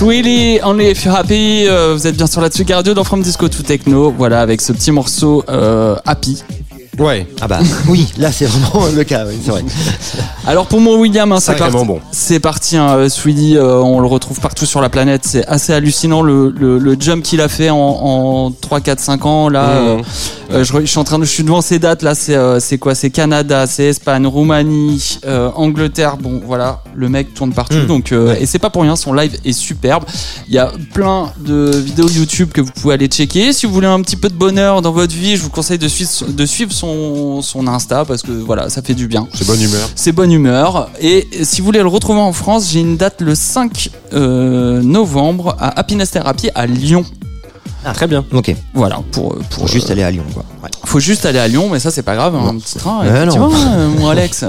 Sweetie, Only If You're Happy. Vous êtes bien sur la Tsugi Radio dans From Disco to Techno. Voilà, avec ce petit morceau Happy. Ouais. Ah bah oui, là c'est vraiment le cas, oui, c'est vrai. Alors pour mon William, hein, bon. C'est parti, hein, Sweetie, on le retrouve partout sur la planète. C'est assez hallucinant le jump qu'il a fait en 3, 4, 5 ans. Là, je suis devant ces dates. Là, c'est quoi? C'est Canada, c'est Espagne, Roumanie, Angleterre. Bon, voilà, le mec tourne partout. Donc, et c'est pas pour rien, son live est superbe. Il y a plein de vidéos YouTube que vous pouvez aller checker. Si vous voulez un petit peu de bonheur dans votre vie, je vous conseille de suivre son Insta parce que voilà, ça fait du bien. C'est bonne humeur. C'est bonne humeur. Et si vous voulez le retrouver en France, j'ai une date le 5 novembre à Happiness Therapy à Lyon. Ah, très bien. Ok. Voilà, pour juste aller à Lyon, quoi. Ouais. Faut juste aller à Lyon, mais ça c'est pas grave, un petit train. Non. Mon Alex.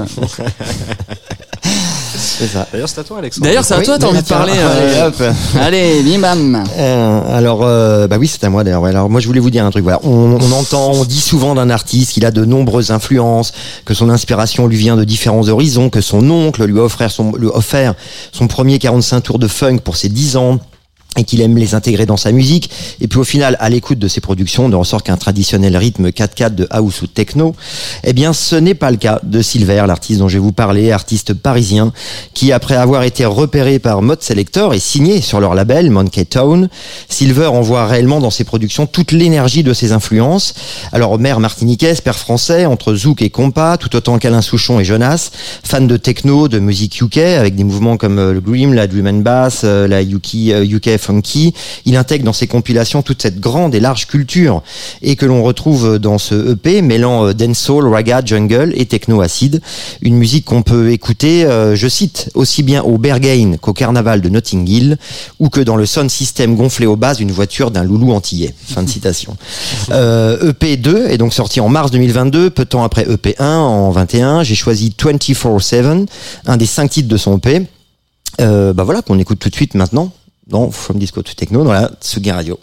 C'est ça. D'ailleurs, c'est à toi, Alex. D'ailleurs, c'est à toi, t'as envie de parler. Allez, bim bam. Alors, bah oui, c'est à moi d'ailleurs. Alors, moi, je voulais vous dire un truc. Voilà, on dit souvent d'un artiste qu'il a de nombreuses influences, que son inspiration lui vient de différents horizons, que son oncle lui a offert son premier 45 tours de funk pour ses 10 ans. Et qu'il aime les intégrer dans sa musique. Et puis au final, à l'écoute de ses productions, ne ressort qu'un traditionnel rythme 4/4 de house ou techno. Eh bien, ce n'est pas le cas de Silver, l'artiste dont je vais vous parler, artiste parisien, qui après avoir été repéré par Mode Selector et signé sur leur label Monkey Town, Silver envoie réellement dans ses productions toute l'énergie de ses influences. Alors, mère martiniquaise, père français, entre zouk et compas, tout autant qu'Alain Souchon et Jonas, fan de techno, de musique UK, avec des mouvements comme le Grim, la Drum and Bass, la UK funky, il intègre dans ses compilations toute cette grande et large culture et que l'on retrouve dans ce EP mêlant dancehall, raga, jungle et techno acide, une musique qu'on peut écouter, je cite, aussi bien au Berghain qu'au carnaval de Notting Hill ou que dans le sound system gonflé aux bases d'une voiture d'un loulou antillais. Fin de citation. EP 2 est donc sorti en mars 2022, peu de temps après EP 1 en 21. J'ai choisi 24/7, un des 5 titres de son EP. Bah voilà, qu'on écoute tout de suite maintenant dans From Disco to Techno dans la Tsugi Radio.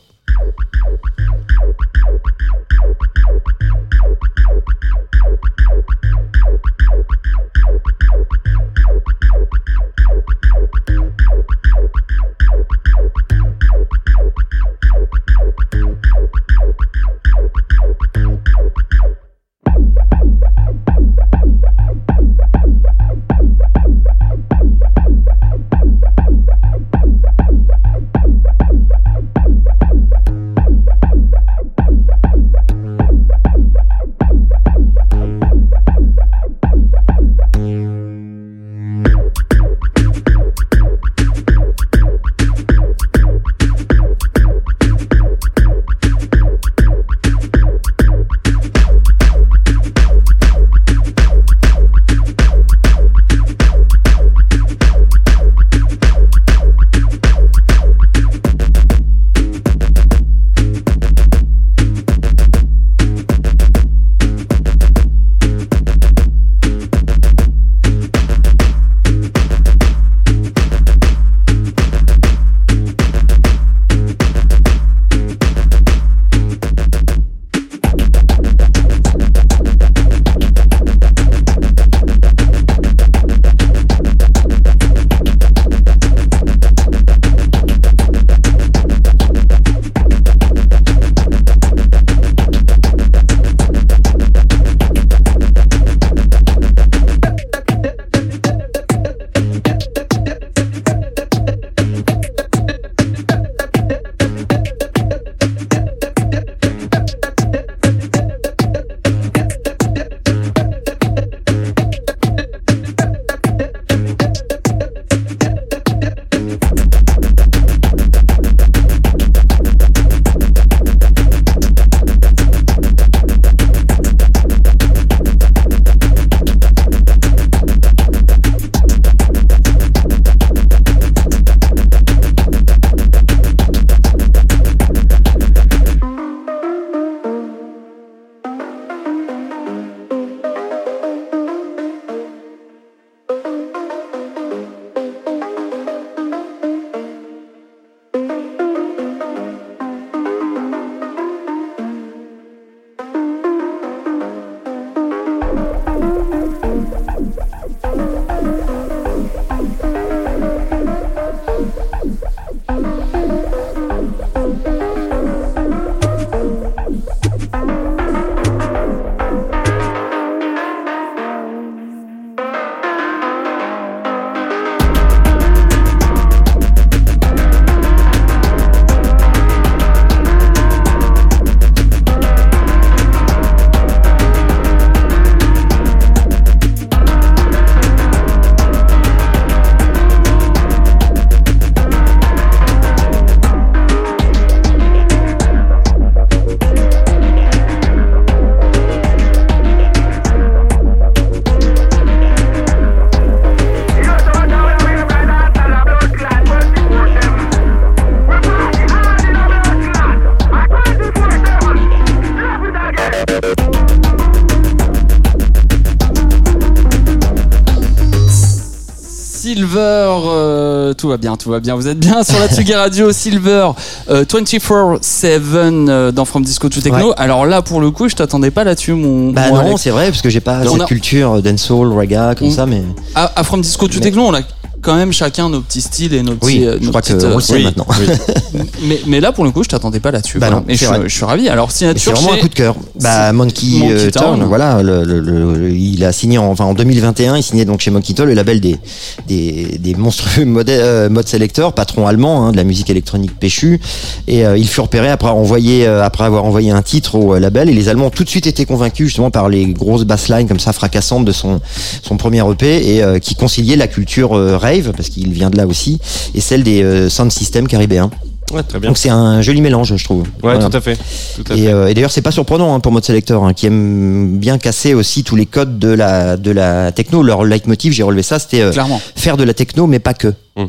tout va bien. Vous êtes bien sur la Tsugi Radio Silver 24/7 dans From Disco to Techno. Ouais. Alors là, pour le coup, je t'attendais pas là-dessus, mon Bah mon non, Alex. c'est vrai, parce que j'ai pas On cette a- culture dancehall, reggae, comme ça, mais À From Disco to Techno, on a quand même chacun nos petits styles et nos petits. oui, je nos crois petites, qu'on le sait maintenant. mais là, pour le coup, je t'attendais pas là-dessus. Bah voilà. non, Et c'est vrai. je suis ravi. Alors, Mais c'est signature vraiment un chez- coup de cœur. Bah, Monkey Monkey Town, Town. voilà, il a signé en 2021, il signait donc chez Monkey Town, le label des monstrueux mode selector, patron allemand, de la musique électronique péchue, et il fut repéré après avoir envoyé un titre au label, et les Allemands ont tout de suite été convaincus justement par les grosses basslines comme ça fracassantes de son premier EP, et qui conciliait la culture rave, parce qu'il vient de là aussi, et celle des sound systems caribéens. Ouais, très bien. Donc c'est un joli mélange, je trouve. Ouais, Voilà. tout à fait. Et d'ailleurs, c'est pas surprenant pour Mode Selector, qui aime bien casser aussi tous les codes de la techno. Leur leitmotiv, j'ai relevé ça, c'était Clairement. faire de la techno, mais pas que.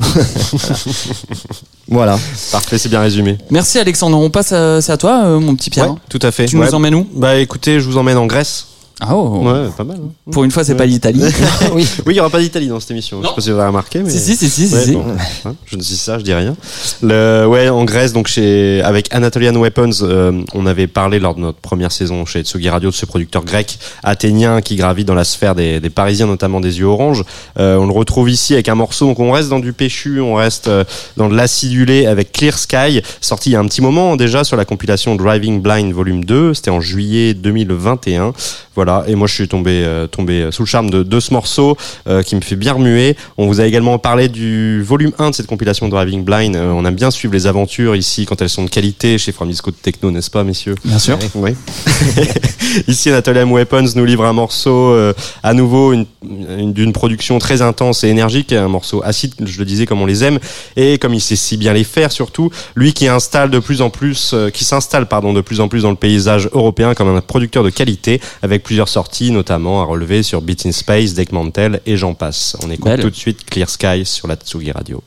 Voilà. Parfait, c'est bien résumé. Merci Alexandre. On passe c'est à toi, mon petit Pierre. Ouais, tout à fait. Tu nous emmènes où? Bah écoutez, je vous emmène en Grèce. Ah oh. Ouais, pas mal. Hein. Pour une fois, c'est pas l'Italie. Oui. Oui, il n'y aura pas d'Italie dans cette émission. Je sais pas si vous avez remarqué, mais. Si. Ouais, bon, hein, je ne dis ça, je dis rien. Ouais, en Grèce, donc avec Anatolian Weapons, on avait parlé lors de notre première saison chez Tsugi Radio de ce producteur grec athénien qui gravite dans la sphère des Parisiens, notamment des yeux orange. On le retrouve ici avec un morceau, donc on reste dans du péchu, on reste dans de l'acidulé avec Clear Sky, sorti il y a un petit moment déjà sur la compilation Driving Blind Volume 2, c'était en juillet 2021. Voilà, et moi je suis tombé sous le charme de ce morceau qui me fait bien remuer. On vous a également parlé du volume 1 de cette compilation Driving Blind. On aime bien suivre les aventures ici quand elles sont de qualité chez From Disco Techno, n'est-ce pas, messieurs? Bien sûr. Oui. Ici, Anatolian Weapons nous livre un morceau à nouveau d'une production très intense et énergique, un morceau acide, je le disais, comme on les aime, et comme il sait si bien les faire, surtout lui qui s'installe de plus en plus dans le paysage européen comme un producteur de qualité, avec plusieurs sorties, notamment à relever sur Beat in Space, Deck Mantel et j'en passe. On écoute Belle. tout de suite Clear Sky sur la Tsugi Radio.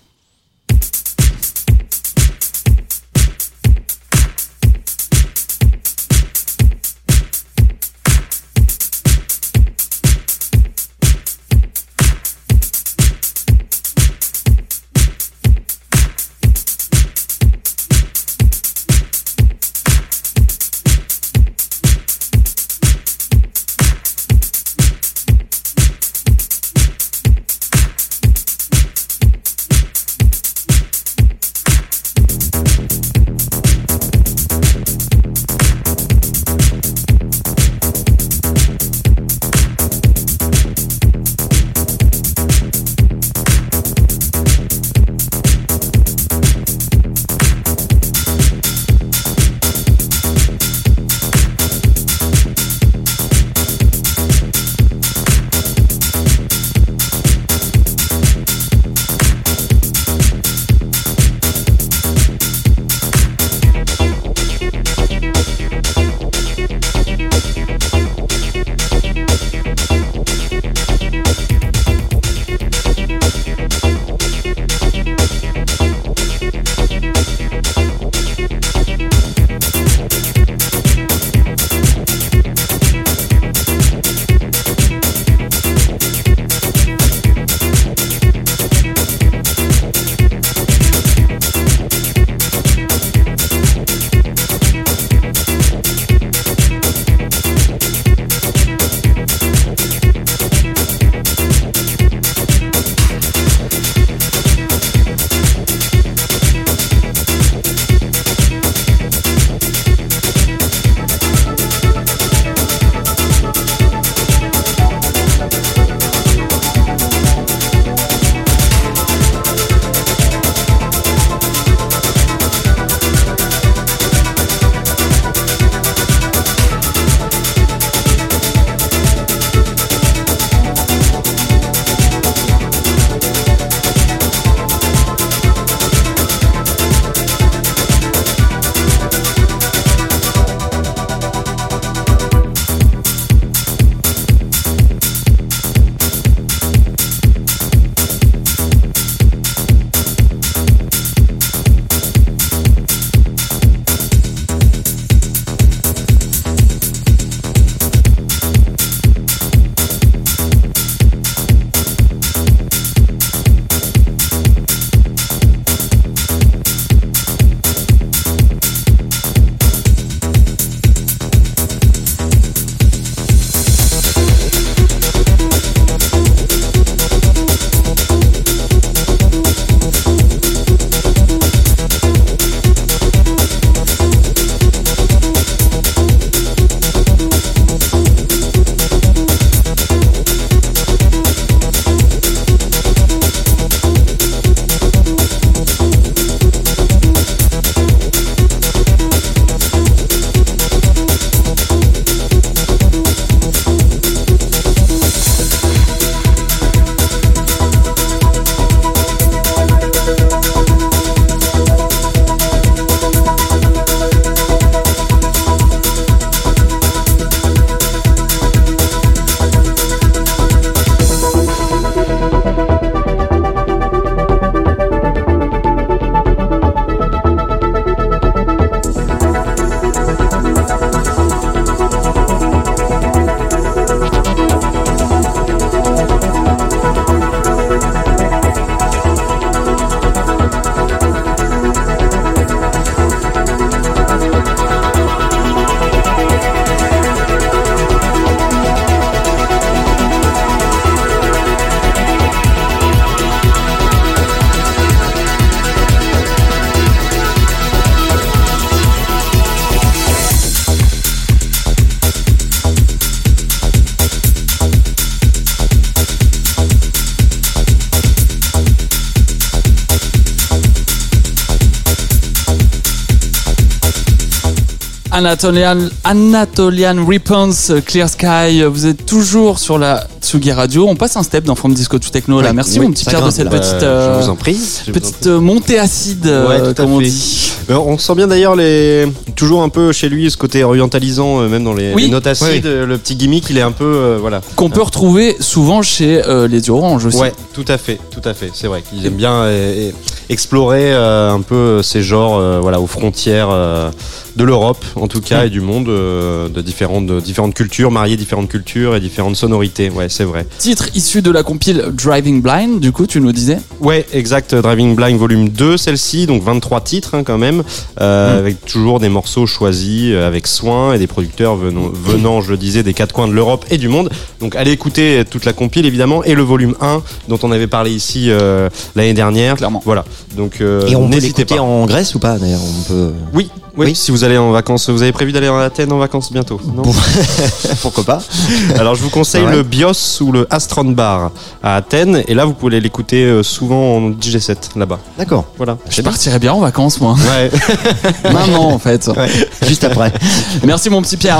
Anatolian Response, Clear Sky. Vous êtes toujours sur la Tsugi Radio. On passe un step dans From Disco to Techno. Là, merci mon petit Pierre de cette petite, je vous en prie. petite montée acide, comme on dit. On sent bien d'ailleurs toujours un peu chez lui ce côté orientalisant, même dans les notes acides. Le petit gimmick, il est un peu voilà. Qu'on peut retrouver souvent chez les Orange aussi. Ouais, tout à fait. C'est vrai qu'ils aiment bien explorer un peu ces genres, aux frontières de l'Europe en tout cas et du monde, de différentes cultures, marier différentes cultures et différentes sonorités. Ouais, c'est vrai. Titre issu de la compile Driving Blind, du coup, tu nous disais. Ouais, exact. Driving Blind volume 2, celle-ci, donc 23 titres quand même, avec toujours des morceaux choisis avec soin et des producteurs venant, je le disais, des quatre coins de l'Europe et du monde. Donc allez écouter toute la compile évidemment et le volume 1 dont on avait parlé ici l'année dernière. Clairement. Voilà. Donc et on peut l'écouter en Grèce ou pas d'ailleurs? On peut. Oui, si vous allez en vacances, vous avez prévu d'aller en Athènes en vacances bientôt, non? Pourquoi pas? Alors je vous conseille le BIOS ou le Astron Bar à Athènes, et là vous pouvez l'écouter souvent en DJ7 là-bas. D'accord. Voilà. Je partirais bien en vacances moi. Ouais. Maintenant en fait. Ouais. Juste après. Merci mon petit Pierre.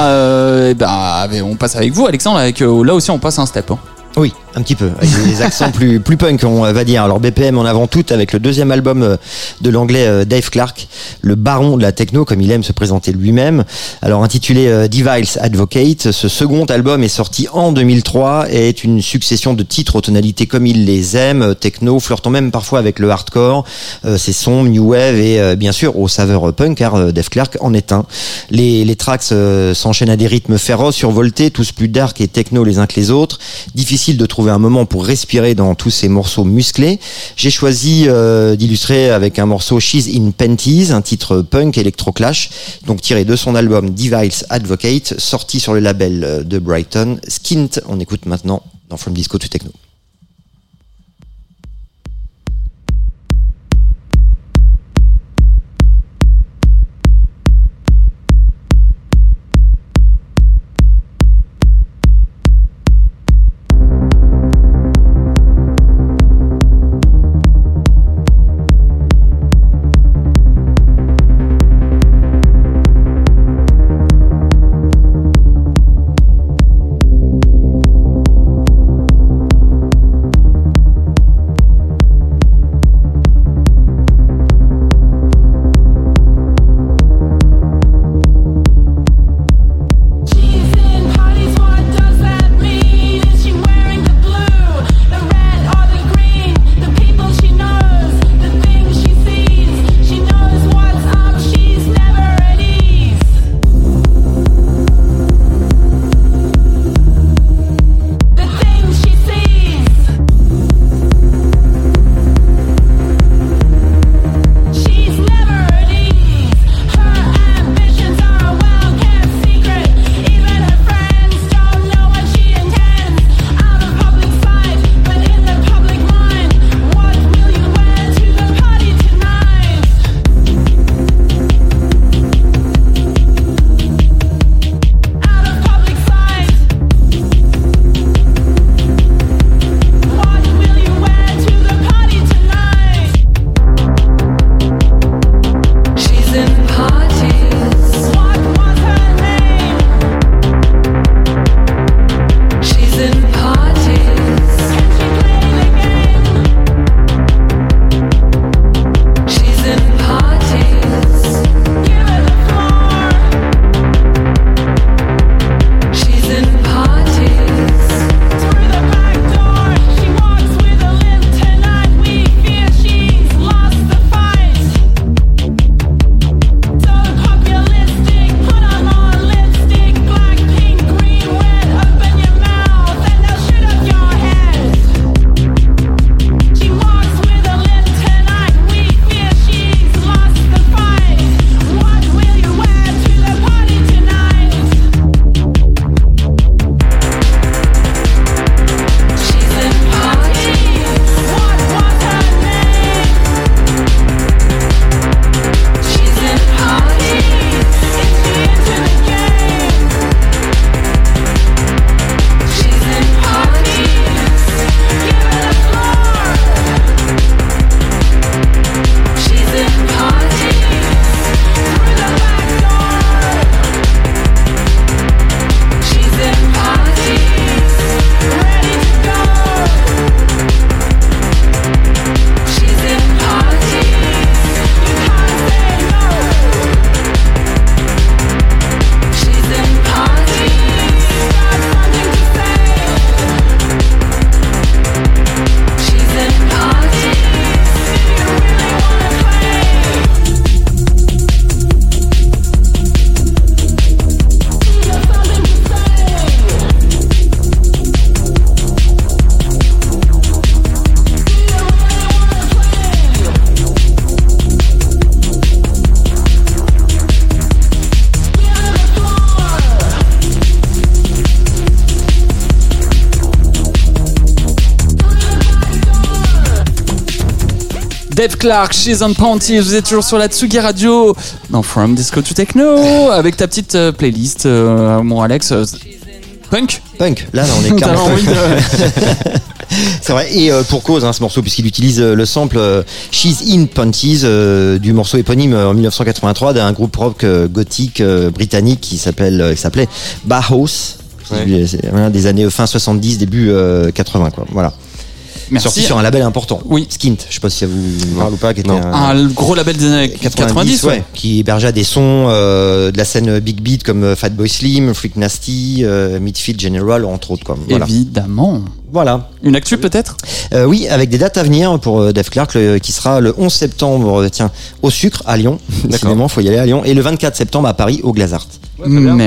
On passe avec vous Alexandre, avec là aussi on passe un step. Oui, un petit peu, avec des accents plus punk, on va dire. Alors BPM en avant tout, avec le deuxième album de l'anglais Dave Clark, le baron de la techno, comme il aime se présenter lui-même. Alors intitulé Devil's Advocate, ce second album est sorti en 2003 et est une succession de titres aux tonalités comme il les aime, techno, flirtant même parfois avec le hardcore, c'est sombre, new wave et bien sûr aux saveurs punk, car Dave Clark en est un. Les tracks s'enchaînent à des rythmes féroces, survoltés, tous plus dark et techno les uns que les autres. Difficile de trouver un moment pour respirer dans tous ces morceaux musclés. J'ai choisi d'illustrer avec un morceau She's in Panties, un titre punk électro-clash, donc tiré de son album Devil's Advocate, sorti sur le label de Brighton, Skint. On écoute maintenant dans From Disco to Techno. Dave Clark, She's on Panties. Vous êtes toujours sur la Tsugi Radio dans From Disco to Techno avec ta petite playlist, mon Alex. Punk. Là on est carrément C'est vrai, et pour cause ce morceau, puisqu'il utilise le sample She's in Panties du morceau éponyme en 1983 d'un groupe rock gothique britannique qui s'appelait Bauhaus, des années fin 70 début 80 quoi. Voilà. Merci. Sorti sur un label important. Oui. Skint, je sais pas si ça vous parle ou pas. Qui était un gros label des années 90 ouais. Qui hébergeait des sons de la scène Big Beat comme Fatboy Slim, Freak Nasty, Midfield General, entre autres. Quoi. Voilà. Évidemment. Voilà. Une actu peut-être oui, avec des dates à venir pour Dave Clark, qui sera le 11 septembre au Sucre à Lyon. Décidément, faut y aller à Lyon. Et le 24 septembre à Paris au Glazart. Ouais,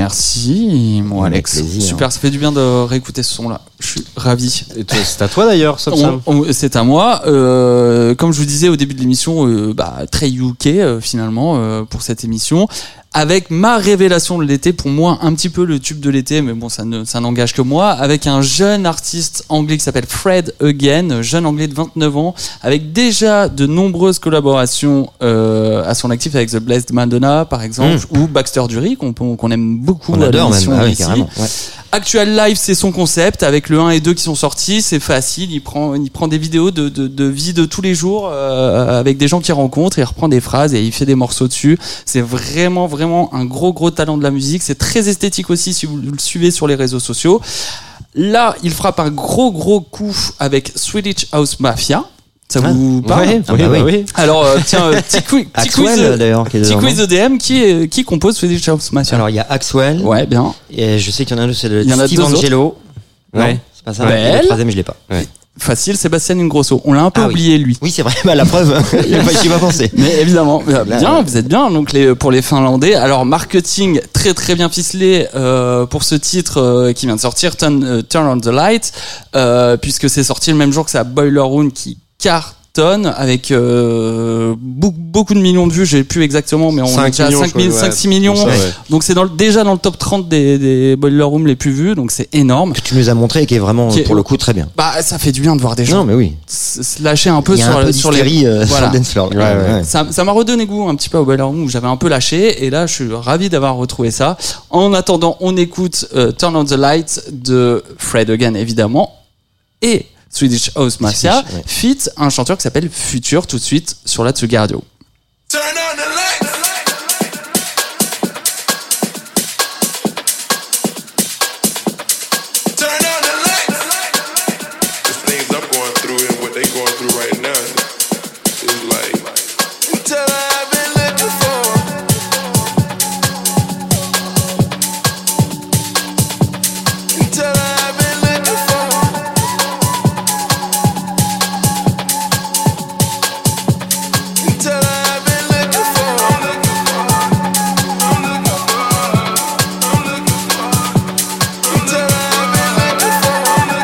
merci, mon Alex. Plaisir. Super, ça fait du bien de réécouter ce son-là. Je suis ravi. Et c'est à toi d'ailleurs, Sam. C'est à moi. Comme je vous disais au début de l'émission, très UK finalement pour cette émission. Avec ma révélation de l'été, pour moi un petit peu le tube de l'été, mais bon ça n'engage que moi, avec un jeune artiste anglais qui s'appelle Fred Again, jeune anglais de 29 ans, avec déjà de nombreuses collaborations à son actif avec The Blessed Madonna par exemple, ou Baxter Dury qu'on aime beaucoup. On adore même, ah oui, carrément. Ouais. Actual Life, c'est son concept, avec le 1 et 2 qui sont sortis, c'est facile, il prend des vidéos de vie de tous les jours avec des gens qu'il rencontre, il reprend des phrases et il fait des morceaux dessus. C'est vraiment un gros talent de la musique, c'est très esthétique aussi si vous le suivez sur les réseaux sociaux. Là, il frappe un gros coup avec Swedish House Mafia. Ça vous parle? Oui. Alors, tiens, petit quiz d'ailleurs, petit quiz EDM qui compose Swedish House Mafia. Alors, il y a Axwell. Ouais, bien. Et je sais qu'il y en a un autre, c'est le Steve Angelo. Ouais. Non, c'est pas ça. Et le troisième, je l'ai pas. Ouais. Facile, Sébastien Ingrosso. On l'a un peu oublié, lui. Oui, c'est vrai. La preuve, j'y ai pas pensé. Mais évidemment, bien, vous êtes bien. Donc pour les Finlandais. Alors marketing très bien ficelé pour ce titre qui vient de sortir, Turn on the Light, puisque c'est sorti le même jour que sa Boiler Room qui cartonne avec beaucoup de millions de vues, j'ai plus exactement, mais on est déjà à 5-6 millions. Ça, ouais. Donc c'est déjà dans le top 30 des Boiler Room les plus vus, donc c'est énorme. Que tu nous as montré et qui est vraiment pour le coup très bien. Bah ça fait du bien de voir des gens. Non mais oui. Se lâcher un peu sur les sur le dance floor. Ouais. Ça m'a redonné goût un petit peu au Boiler Room où j'avais un peu lâché, et là je suis ravi d'avoir retrouvé ça. En attendant, on écoute Turn on the Light de Fred Again évidemment, et Swedish House Mafia fit un chanteur qui s'appelle Future, tout de suite sur la Tsugi Radio. Turn on the light. Turn on the light. The things I'm going through and what they going through right now is like until I've been looking for. Until I've been looking for. Until I've been looking for. Until I've been looking for.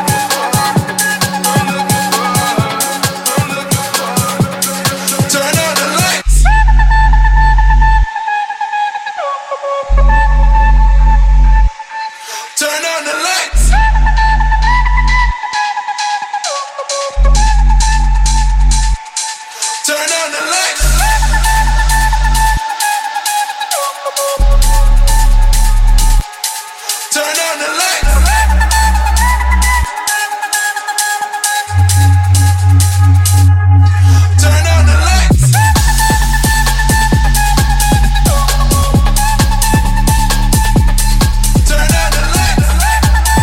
Turn on the lights. Turn on the lights. Turn on the lights. Turn on the lights. Turn on the lights. Turn on the lights.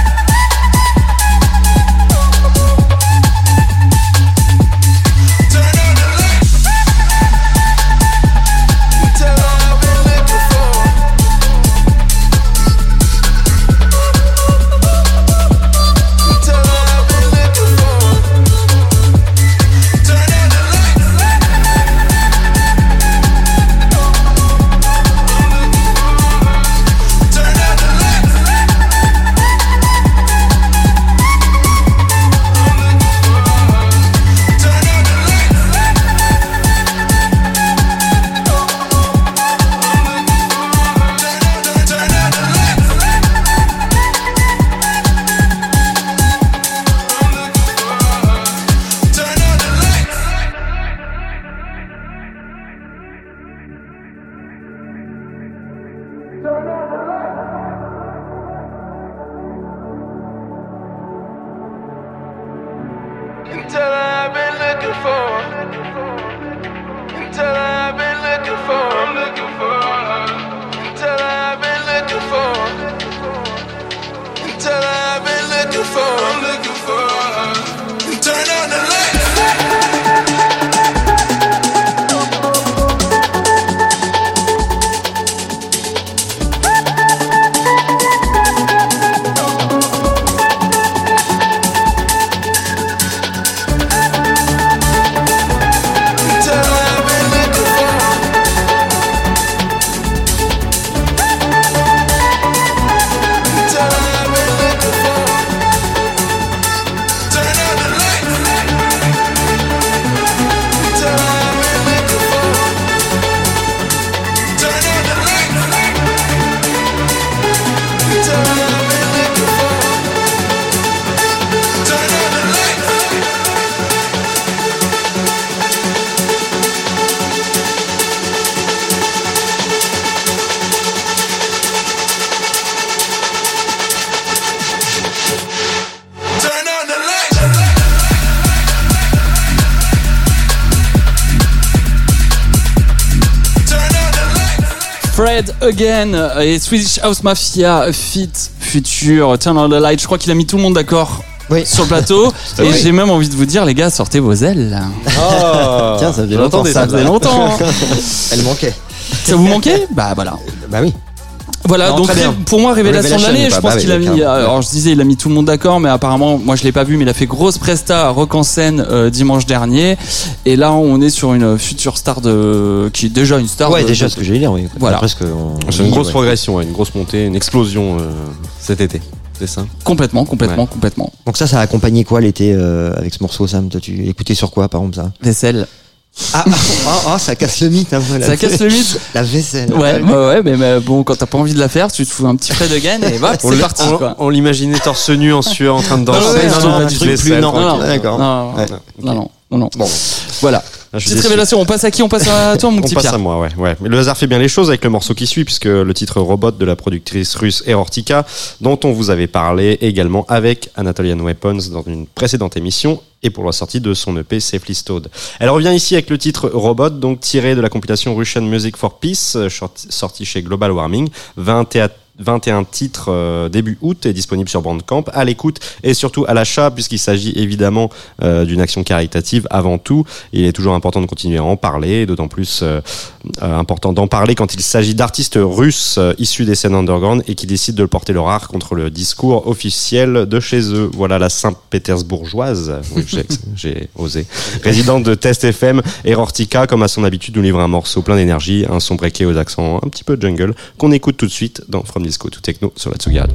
Red Again et Swedish House Mafia Fit Future Turn on the Light. Je crois qu'il a mis tout le monde d'accord. Oui. Sur le plateau. Et j'ai même envie de vous dire, les gars, sortez vos ailes. Oh. Tiens, ça faisait longtemps. Ça faisait longtemps. Elle manquait. Ça vous manquait? Bah voilà. Bah oui. Voilà, Non, donc pour moi, révélation de l'année, je pense qu'il a mis. Alors je disais, il a mis tout le monde d'accord, mais apparemment, moi je l'ai pas vu, mais il a fait grosse presta à Rock en Seine dimanche dernier. Et là, on est sur une future star qui est déjà une star. Ouais, déjà ce que j'allais dire, oui. Voilà. C'est une grosse progression, une grosse montée, une explosion cet été. C'est ça. Complètement. Donc ça a accompagné quoi l'été avec ce morceau, Sam? Toi, tu écoutais sur quoi, par exemple, ça? Vaisselle. Ça casse le mythe un peu. Ça casse le mythe. La vaisselle. Ouais, mais bon, quand t'as pas envie de la faire, tu te fous un petit frais de gain et bah, c'est parti, quoi. On l'imaginait torse nu en sueur en train de danser. D'accord. Non. Bon. Voilà. Petite révélation, on passe à qui? On passe à toi, mon petit Pierre. On passe à moi, ouais. Mais le hasard fait bien les choses avec le morceau qui suit, puisque le titre Robot de la productrice russe Erotica, dont on vous avait parlé également avec Anatolian Weapons dans une précédente émission, et pour la sortie de son EP Safely Stowed. Elle revient ici avec le titre Robot, donc tiré de la compilation Russian Music for Peace, sortie chez Global Warming, 21 titres début août, est disponible sur Bandcamp, à l'écoute et surtout à l'achat, puisqu'il s'agit évidemment d'une action caritative avant tout. Il est toujours important de continuer à en parler, d'autant plus important d'en parler quand il s'agit d'artistes russes issus des scènes underground et qui décident de le porter leur art contre le discours officiel de chez eux. Voilà la Saint-Pétersbourgeoise, oui, j'ai osé, résidente de Test FM, Erotica, comme à son habitude, nous livre un morceau plein d'énergie, un son breaké aux accents un petit peu jungle, qu'on écoute tout de suite dans From Disco to Techno sur la Tsugi Radio.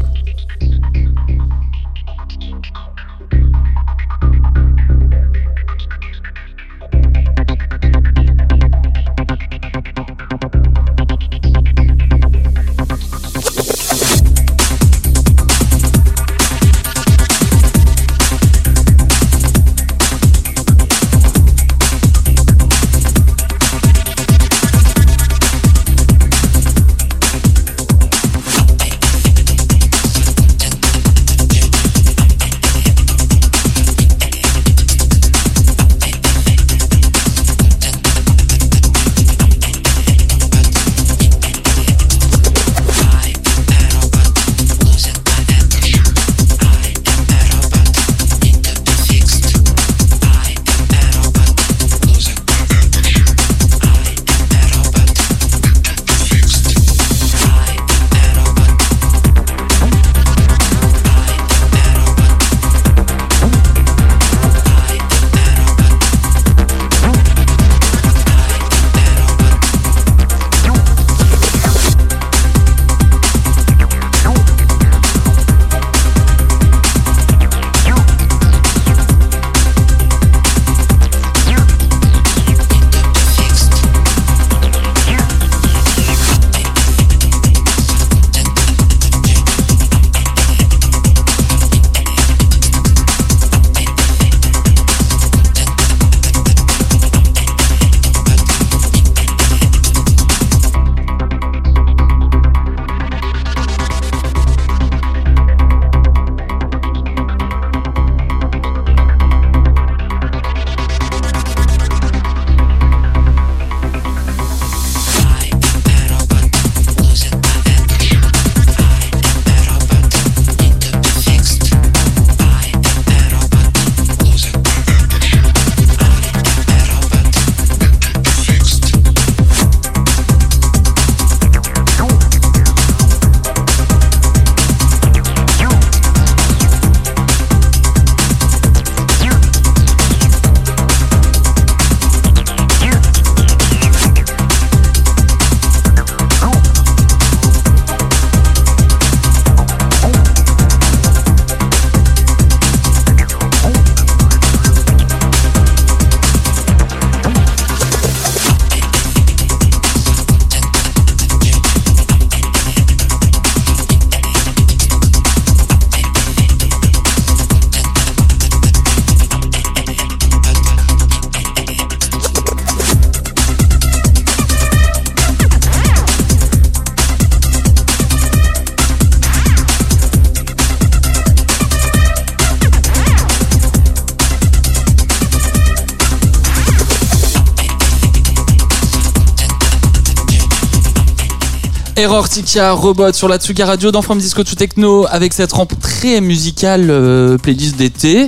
Errortica Robot sur la Tsugi Radio dans From Disco to Techno avec cette rentrée musicale playlist d'été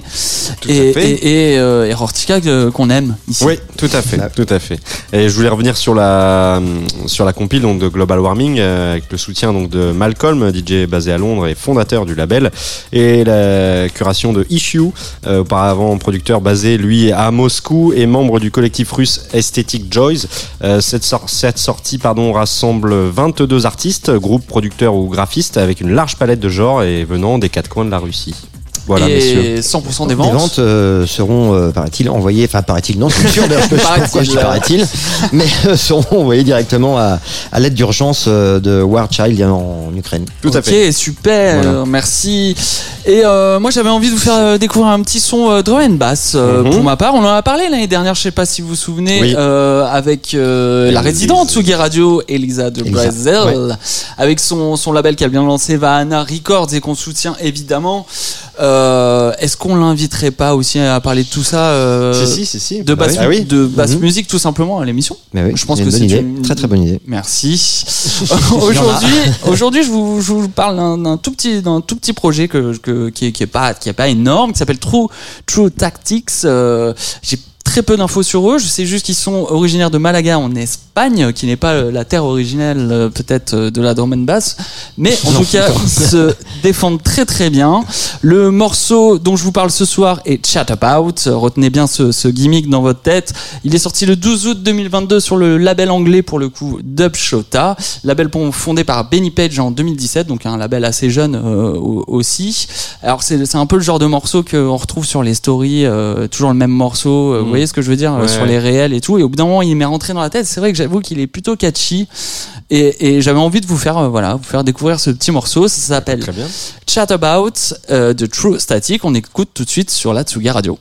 et Errortica qu'on aime ici. Oui, tout à fait. Et je voulais revenir sur la compile donc de Global Warming avec le soutien donc de Malcolm, DJ basé à Londres et fondateur du label, et la curation de Issue, auparavant producteur basé lui à Moscou et membre du collectif russe Aesthetic Joys. Cette sortie rassemble 22 artistes, groupes, producteurs ou graphistes avec une large palette de genres et venant des quatre coins de la Russie. Voilà, et messieurs. 100% des ventes. Les ventes seront, paraît-il, envoyées, enfin paraît-il, non, c'est sûr, d'ailleurs, je sais pas pourquoi je dis paraît-il, mais seront envoyées directement à l'aide d'urgence de War Child en Ukraine. Tout à fait. Ok, super, voilà. Merci. Et moi j'avais envie de vous faire découvrir un petit son drum and bass pour ma part. On en a parlé l'année dernière, je sais pas si vous vous souvenez, oui. Avec la résidente Tsugi Radio, Elisa de Brazil, ouais. Avec son label qui a bien lancé Vahana Records et qu'on soutient évidemment. Est-ce qu'on l'inviterait pas aussi à parler de tout ça si. De basse, basse musique tout simplement à l'émission? Oui, je pense que c'est une très très bonne idée. Merci. Aujourd'hui, je vous parle d'un tout petit projet qui est pas énorme, qui s'appelle True Tactics. J'ai très peu d'infos sur eux. Je sais juste qu'ils sont originaires de Malaga en Espagne, qui n'est pas la terre originelle peut-être de la drum and bass, mais en tout cas ils se défendent très très bien. Le morceau dont je vous parle ce soir est Chat About. Retenez bien ce gimmick dans votre tête. Il est sorti le 12 août 2022 sur le label anglais pour le coup Dub Shota, label fondé par Benny Page en 2017, donc un label assez jeune aussi. Alors c'est un peu le genre de morceau qu'on retrouve sur les stories, toujours le même morceau. Vous voyez ce que je veux dire, sur les réels et tout, et au bout d'un moment il m'est rentré dans la tête. C'est vrai que j'avoue qu'il est plutôt catchy et j'avais envie de vous faire découvrir ce petit morceau. Ça s'appelle Chat About de True Static. On écoute tout de suite sur la Tsugi Radio.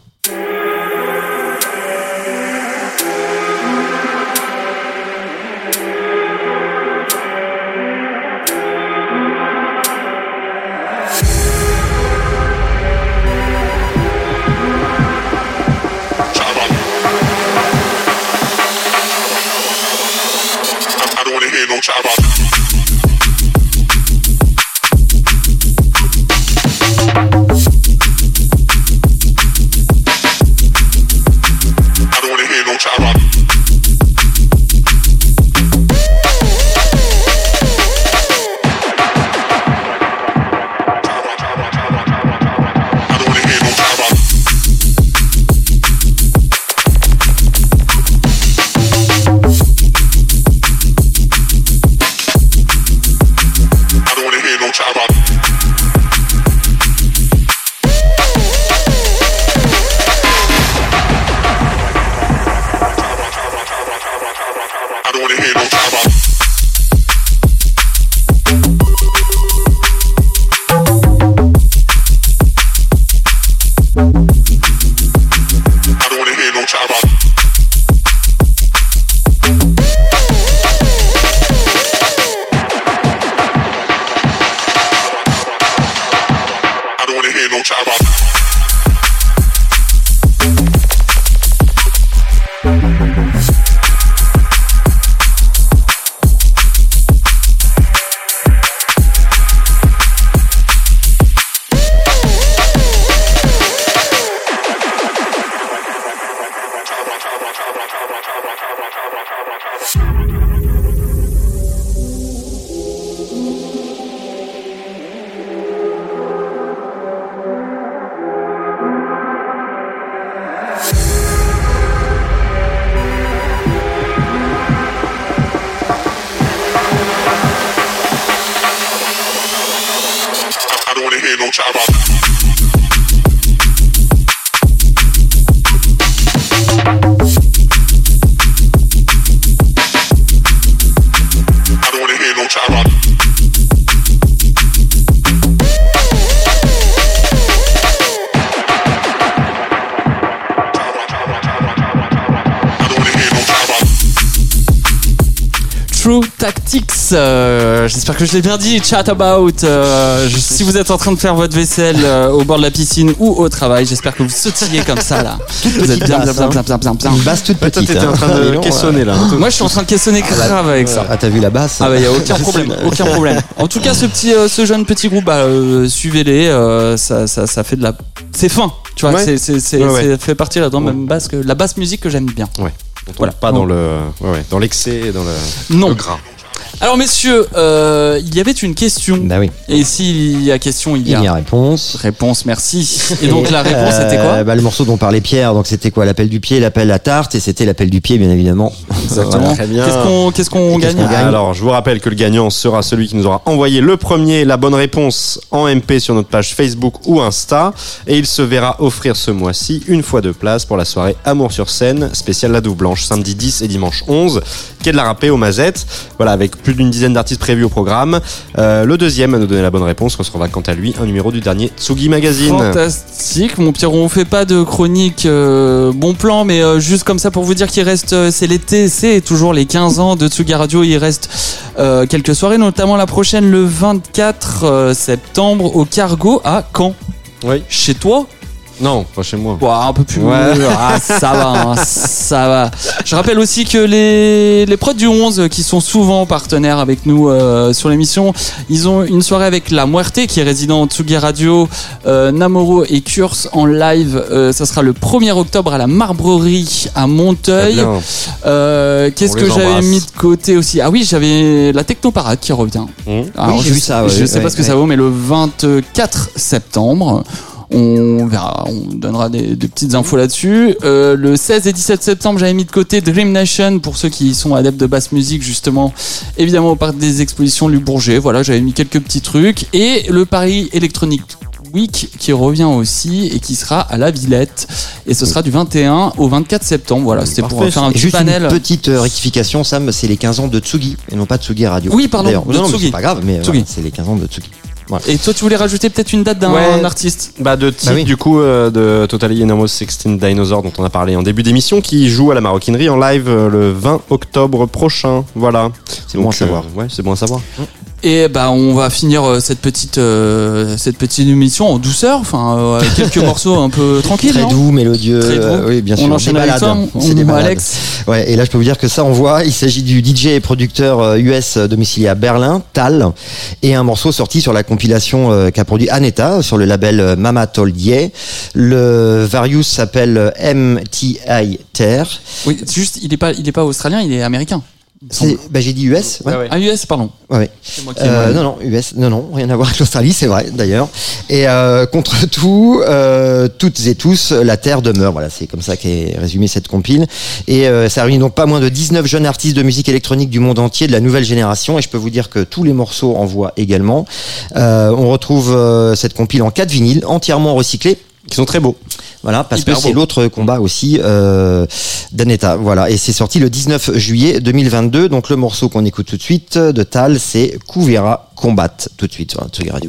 j'espère que je l'ai bien dit. Chat about. Si vous êtes en train de faire votre vaisselle au bord de la piscine ou au travail, j'espère que vous sautillez comme ça là. Vous êtes bien. Une basse toute petite. Toi, t'étais en train de caissonner là. Moi, je suis en train de caissonner grave avec ça. Ah, t'as vu la basse? Ah bah y a aucun problème. En tout cas, ce jeune petit groupe, suivez-les. Ça fait de la. C'est fin. Tu vois, Ouais. ça fait partie de la même basse que la basse musique que j'aime bien. Ouais. On tombe pas dans l'excès et dans le gras. Alors messieurs, il y avait une question. Bah oui. Et s'il y a question, il y a réponse. Réponse, merci. Et donc la réponse c'était quoi? Le morceau dont parlait Pierre, donc c'était quoi? L'appel du pied, l'appel à tarte, et c'était l'appel du pied, bien évidemment. Exactement. Voilà. Très bien. Qu'est-ce qu'on gagne? Alors, je vous rappelle que le gagnant sera celui qui nous aura envoyé le premier la bonne réponse en MP sur notre page Facebook ou Insta, et il se verra offrir ce mois-ci une fois de place pour la soirée Amour sur scène spéciale La Douve Blanche, samedi 10 et dimanche 11, quai de la Râpée aux Mazettes. Voilà, avec plus d'une dizaine d'artistes prévus au programme. Le deuxième à nous donner la bonne réponse recevra quant à lui un numéro du dernier Tsugi Magazine. Fantastique, mon Pierrot, on fait pas de chronique bon plan, mais juste comme ça pour vous dire qu'il reste, c'est l'été, c'est toujours les 15 ans de Tsugi Radio, il reste quelques soirées, notamment la prochaine le 24 septembre au Cargo à Caen. Oui. Chez toi? Non, pas chez moi. Ouah, un peu plus. Ouais. Ah, ça va. Je rappelle aussi que les prods du 11 qui sont souvent partenaires avec nous sur l'émission, ils ont une soirée avec La Muerte qui est résident Tsugi Radio, Namoro et Kurz en live. Ça sera le 1er octobre à la Marbrerie à Monteuil. Qu'est-ce que j'avais mis de côté aussi? Ah oui, j'avais la Technoparade qui revient. Alors, oui, j'ai vu ça. Je sais pas ce que ça vaut, mais le 24 septembre. On verra, on donnera des petites infos là-dessus. Le 16 et 17 septembre, j'avais mis de côté Dream Nation pour ceux qui sont adeptes de basse musique, justement, évidemment au parc des expositions Louis Bourget. Voilà, j'avais mis quelques petits trucs. Et le Paris Electronic Week qui revient aussi et qui sera à la Villette. Et ce sera du 21 au 24 septembre. Voilà, c'était pour faire un petit juste panel. Une petite rectification, Sam, c'est les 15 ans de Tsugi et non pas de Tsugi Radio. Oui, pardon, D'ailleurs, de non, mais Tsugi. c'est pas grave, mais Tsugi. voilà, c'est les 15 ans de Tsugi. Voilà. Et toi, tu voulais rajouter peut-être une date d'un artiste? De type, Bah oui. du coup, de Totally Enormous 16 Dinosaur dont on a parlé en début d'émission, qui joue à la Maroquinerie en live le 20 octobre prochain. Voilà. C'est bon à savoir. Ouais, c'est bon à savoir. Et on va finir cette petite émission en douceur, avec quelques morceaux un peu tranquilles. Très doux, mélodieux. Très doux. Oui, bien sûr. On enchaîne avec toi, c'est des balades. Alex. Ouais, et là je peux vous dire que ça envoie. Il s'agit du DJ et producteur US domicilié à Berlin, Tal, et un morceau sorti sur la compilation qu'a produit Aneta sur le label Mama Told Yeah. Le Various s'appelle MTI Ter. Oui, c'est juste, il est pas australien, il est américain. J'ai dit US. Ouais. Ah, US, pardon. Ouais. C'est moi qui ai mal. non, US, non, rien à voir avec l'Australie, c'est vrai, d'ailleurs. Et contre tout, toutes et tous, la Terre demeure. Voilà, c'est comme ça qu'est résumée cette compile. Et ça réunit donc pas moins de 19 jeunes artistes de musique électronique du monde entier, de la nouvelle génération. Et je peux vous dire que tous les morceaux en voix également. On retrouve cette compile en 4 vinyles, entièrement recyclés. Qui sont très beaux. Voilà, parce Hyper que c'est beau. l'autre combat aussi d'Aneta. Voilà, et c'est sorti le 19 juillet 2022. Donc le morceau qu'on écoute tout de suite de Tal, c'est Kuvera Combat. Tout de suite sur Tsugi Radio.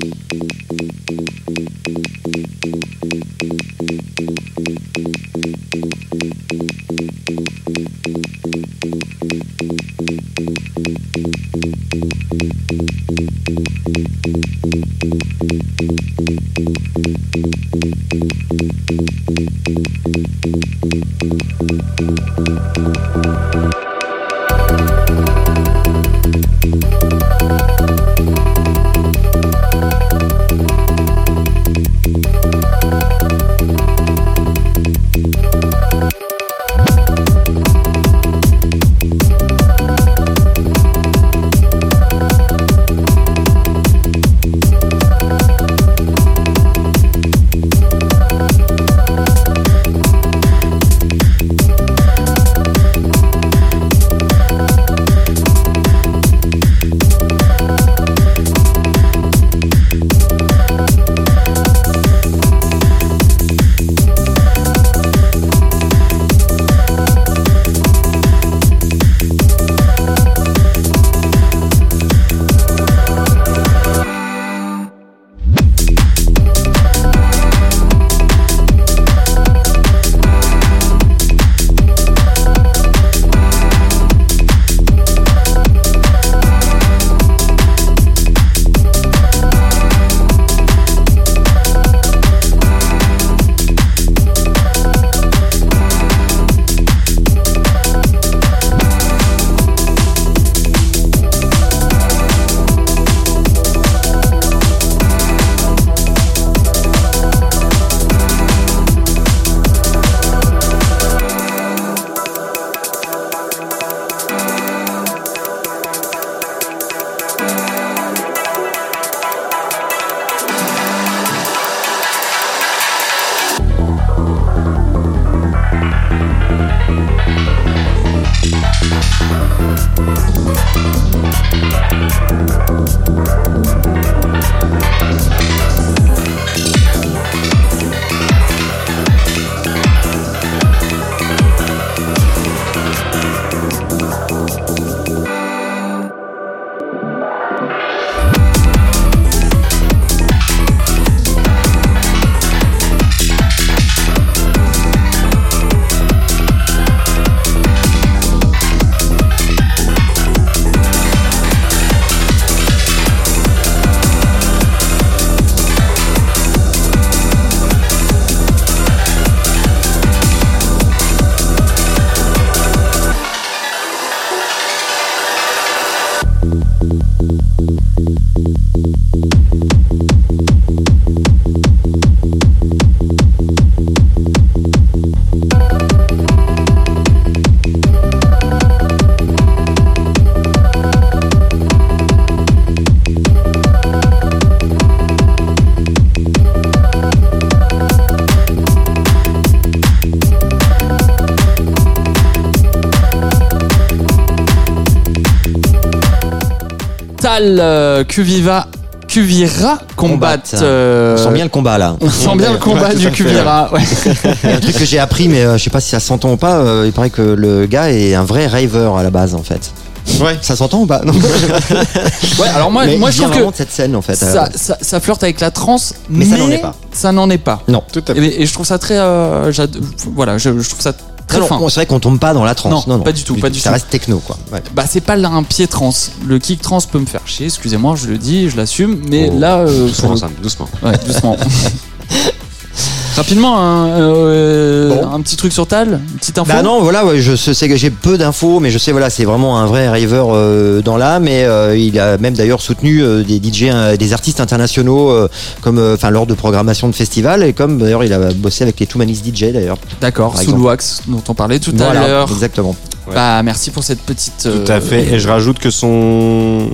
Total Cuvira Combat. On sent bien le combat là. On sent bien le combat du Cuvira. Ouais. Il y a un truc que j'ai appris, mais je sais pas si ça s'entend ou pas. Il paraît que le gars est un vrai raver à la base en fait. Ouais. Ça s'entend ou pas? Non. Ouais, alors moi je trouve que de cette scène en fait. Ça flirte avec la trance, mais ça n'en est pas. Ça n'en est pas. Non. Tout à fait. Et je trouve ça très, voilà, je trouve ça très fin. C'est vrai qu'on tombe pas dans la trance. Non, pas du tout. Ça reste techno quoi. Ouais. Bah c'est pas là un pied trance. Le kick trance peut me faire chier. Excusez-moi, je le dis, je l'assume. Mais là, doucement. Ouais, doucement. Rapidement, un petit truc sur Tal, une petite info. Bah non, voilà, ouais, je sais que j'ai peu d'infos, mais je sais, voilà, c'est vraiment un vrai raver dans l'âme. Et il a même d'ailleurs soutenu des DJ, des artistes internationaux, comme, lors de programmation de festivals, et comme d'ailleurs il a bossé avec les Two Manis DJ d'ailleurs. D'accord, sous le wax dont on parlait tout à l'heure. Exactement. Ouais. Bah merci pour cette petite. Tout à fait. Et je rajoute que son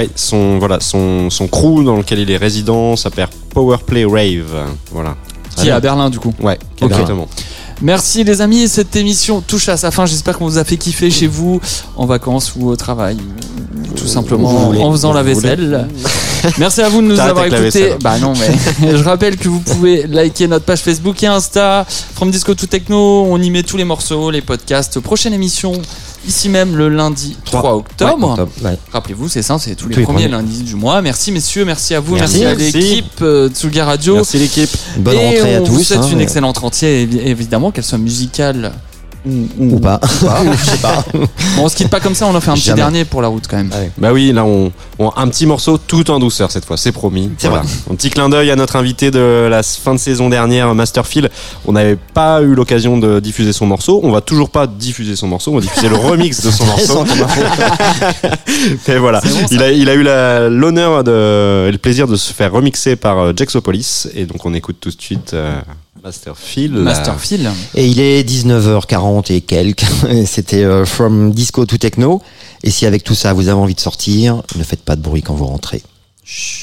crew dans lequel il est résident s'appelle Powerplay Rave. Voilà. Qui est à Berlin du coup. Ouais, exactement. Merci les amis, cette émission touche à sa fin. J'espère qu'on vous a fait kiffer chez vous, en vacances ou au travail, tout simplement en faisant la vaisselle. Merci à vous de nous avoir écoutés. Bah non, mais je rappelle que vous pouvez liker notre page Facebook et Insta, From Disco to Techno. On y met tous les morceaux, les podcasts. Prochaine émission ici même le lundi 3 octobre. Ouais. Rappelez-vous, c'est ça, c'est tous les premiers lundis du mois. Merci messieurs, merci à vous, merci à merci. L'équipe Tsugi Radio. Merci l'équipe. Bonne rentrée à tous. On vous souhaite une excellente rentrée, évidemment, qu'elle soit musicale ou pas. Je sais pas. Bon, on se quitte pas comme ça, on en fait un petit dernier pour la route quand même. Ouais. Bah oui, là on un petit morceau tout en douceur cette fois, c'est promis. C'est vrai. Un petit clin d'œil à notre invité de la fin de saison dernière, Masterfield. On n'avait pas eu l'occasion de diffuser son morceau. On va toujours pas diffuser son morceau, on va diffuser le remix de son morceau. Mais voilà, bon, il a eu l'honneur et le plaisir de se faire remixer par Jaxopolis. Et donc on écoute tout de suite Masterfield. Et il est 19h40 et quelques. C'était From Disco to Techno. Et si avec tout ça vous avez envie de sortir, ne faites pas de bruit quand vous rentrez. Chut.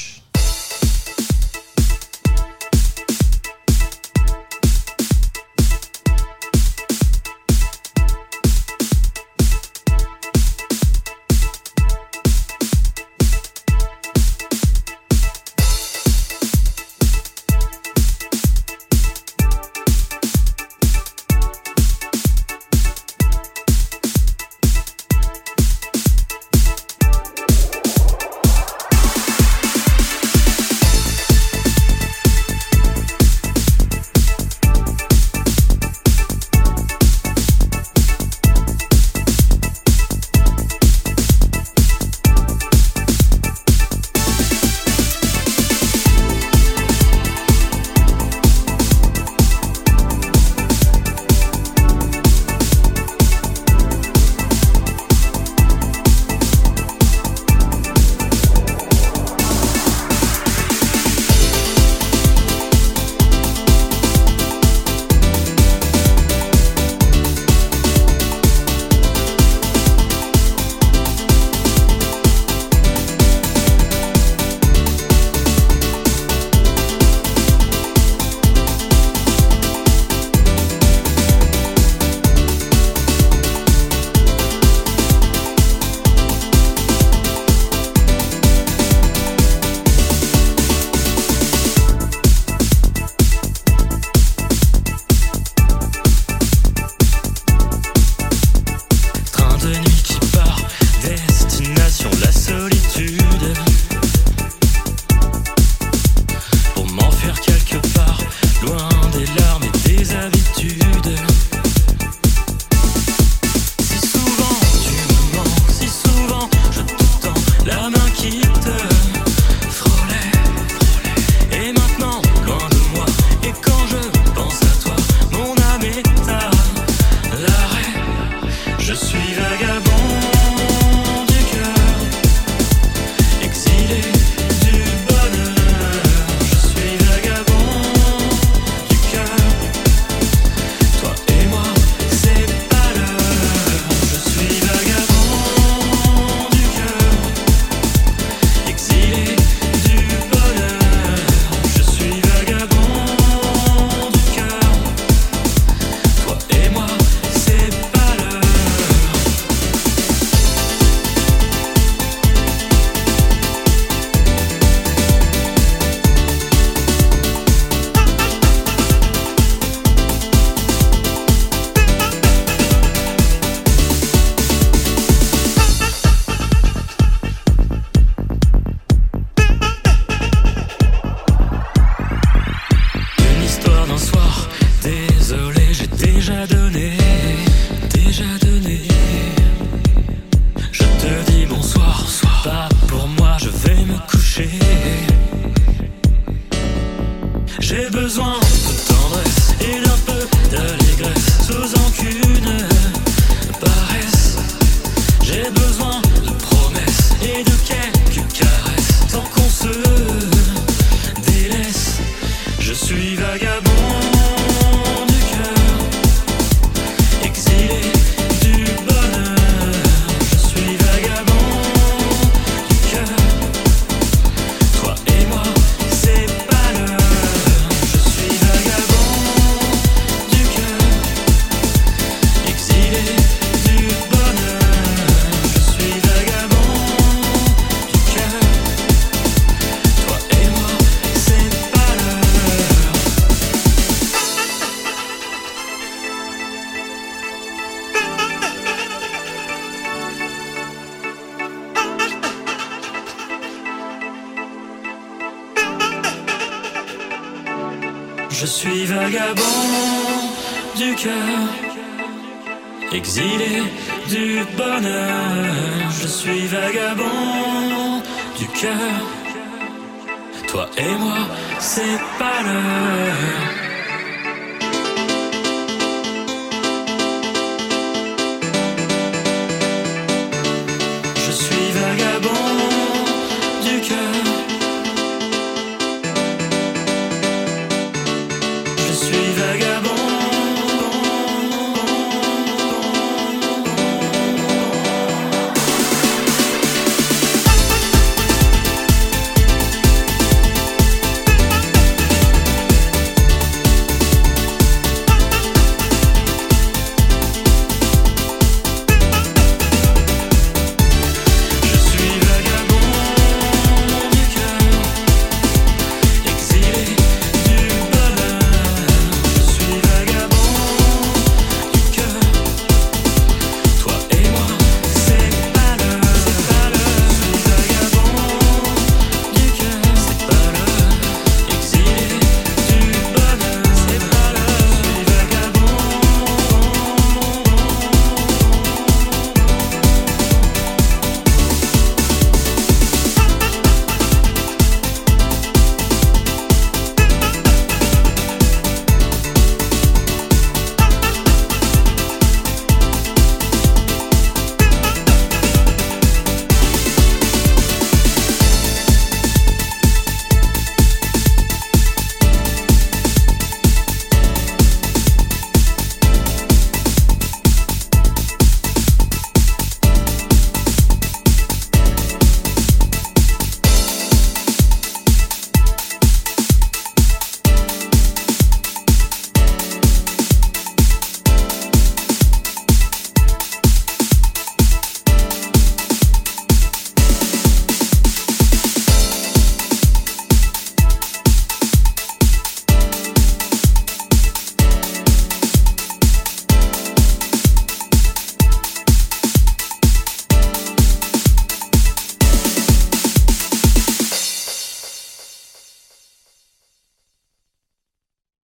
Je suis vagabond du cœur, exilé du bonheur. Je suis vagabond du cœur. Toi et moi, c'est pas l'heure.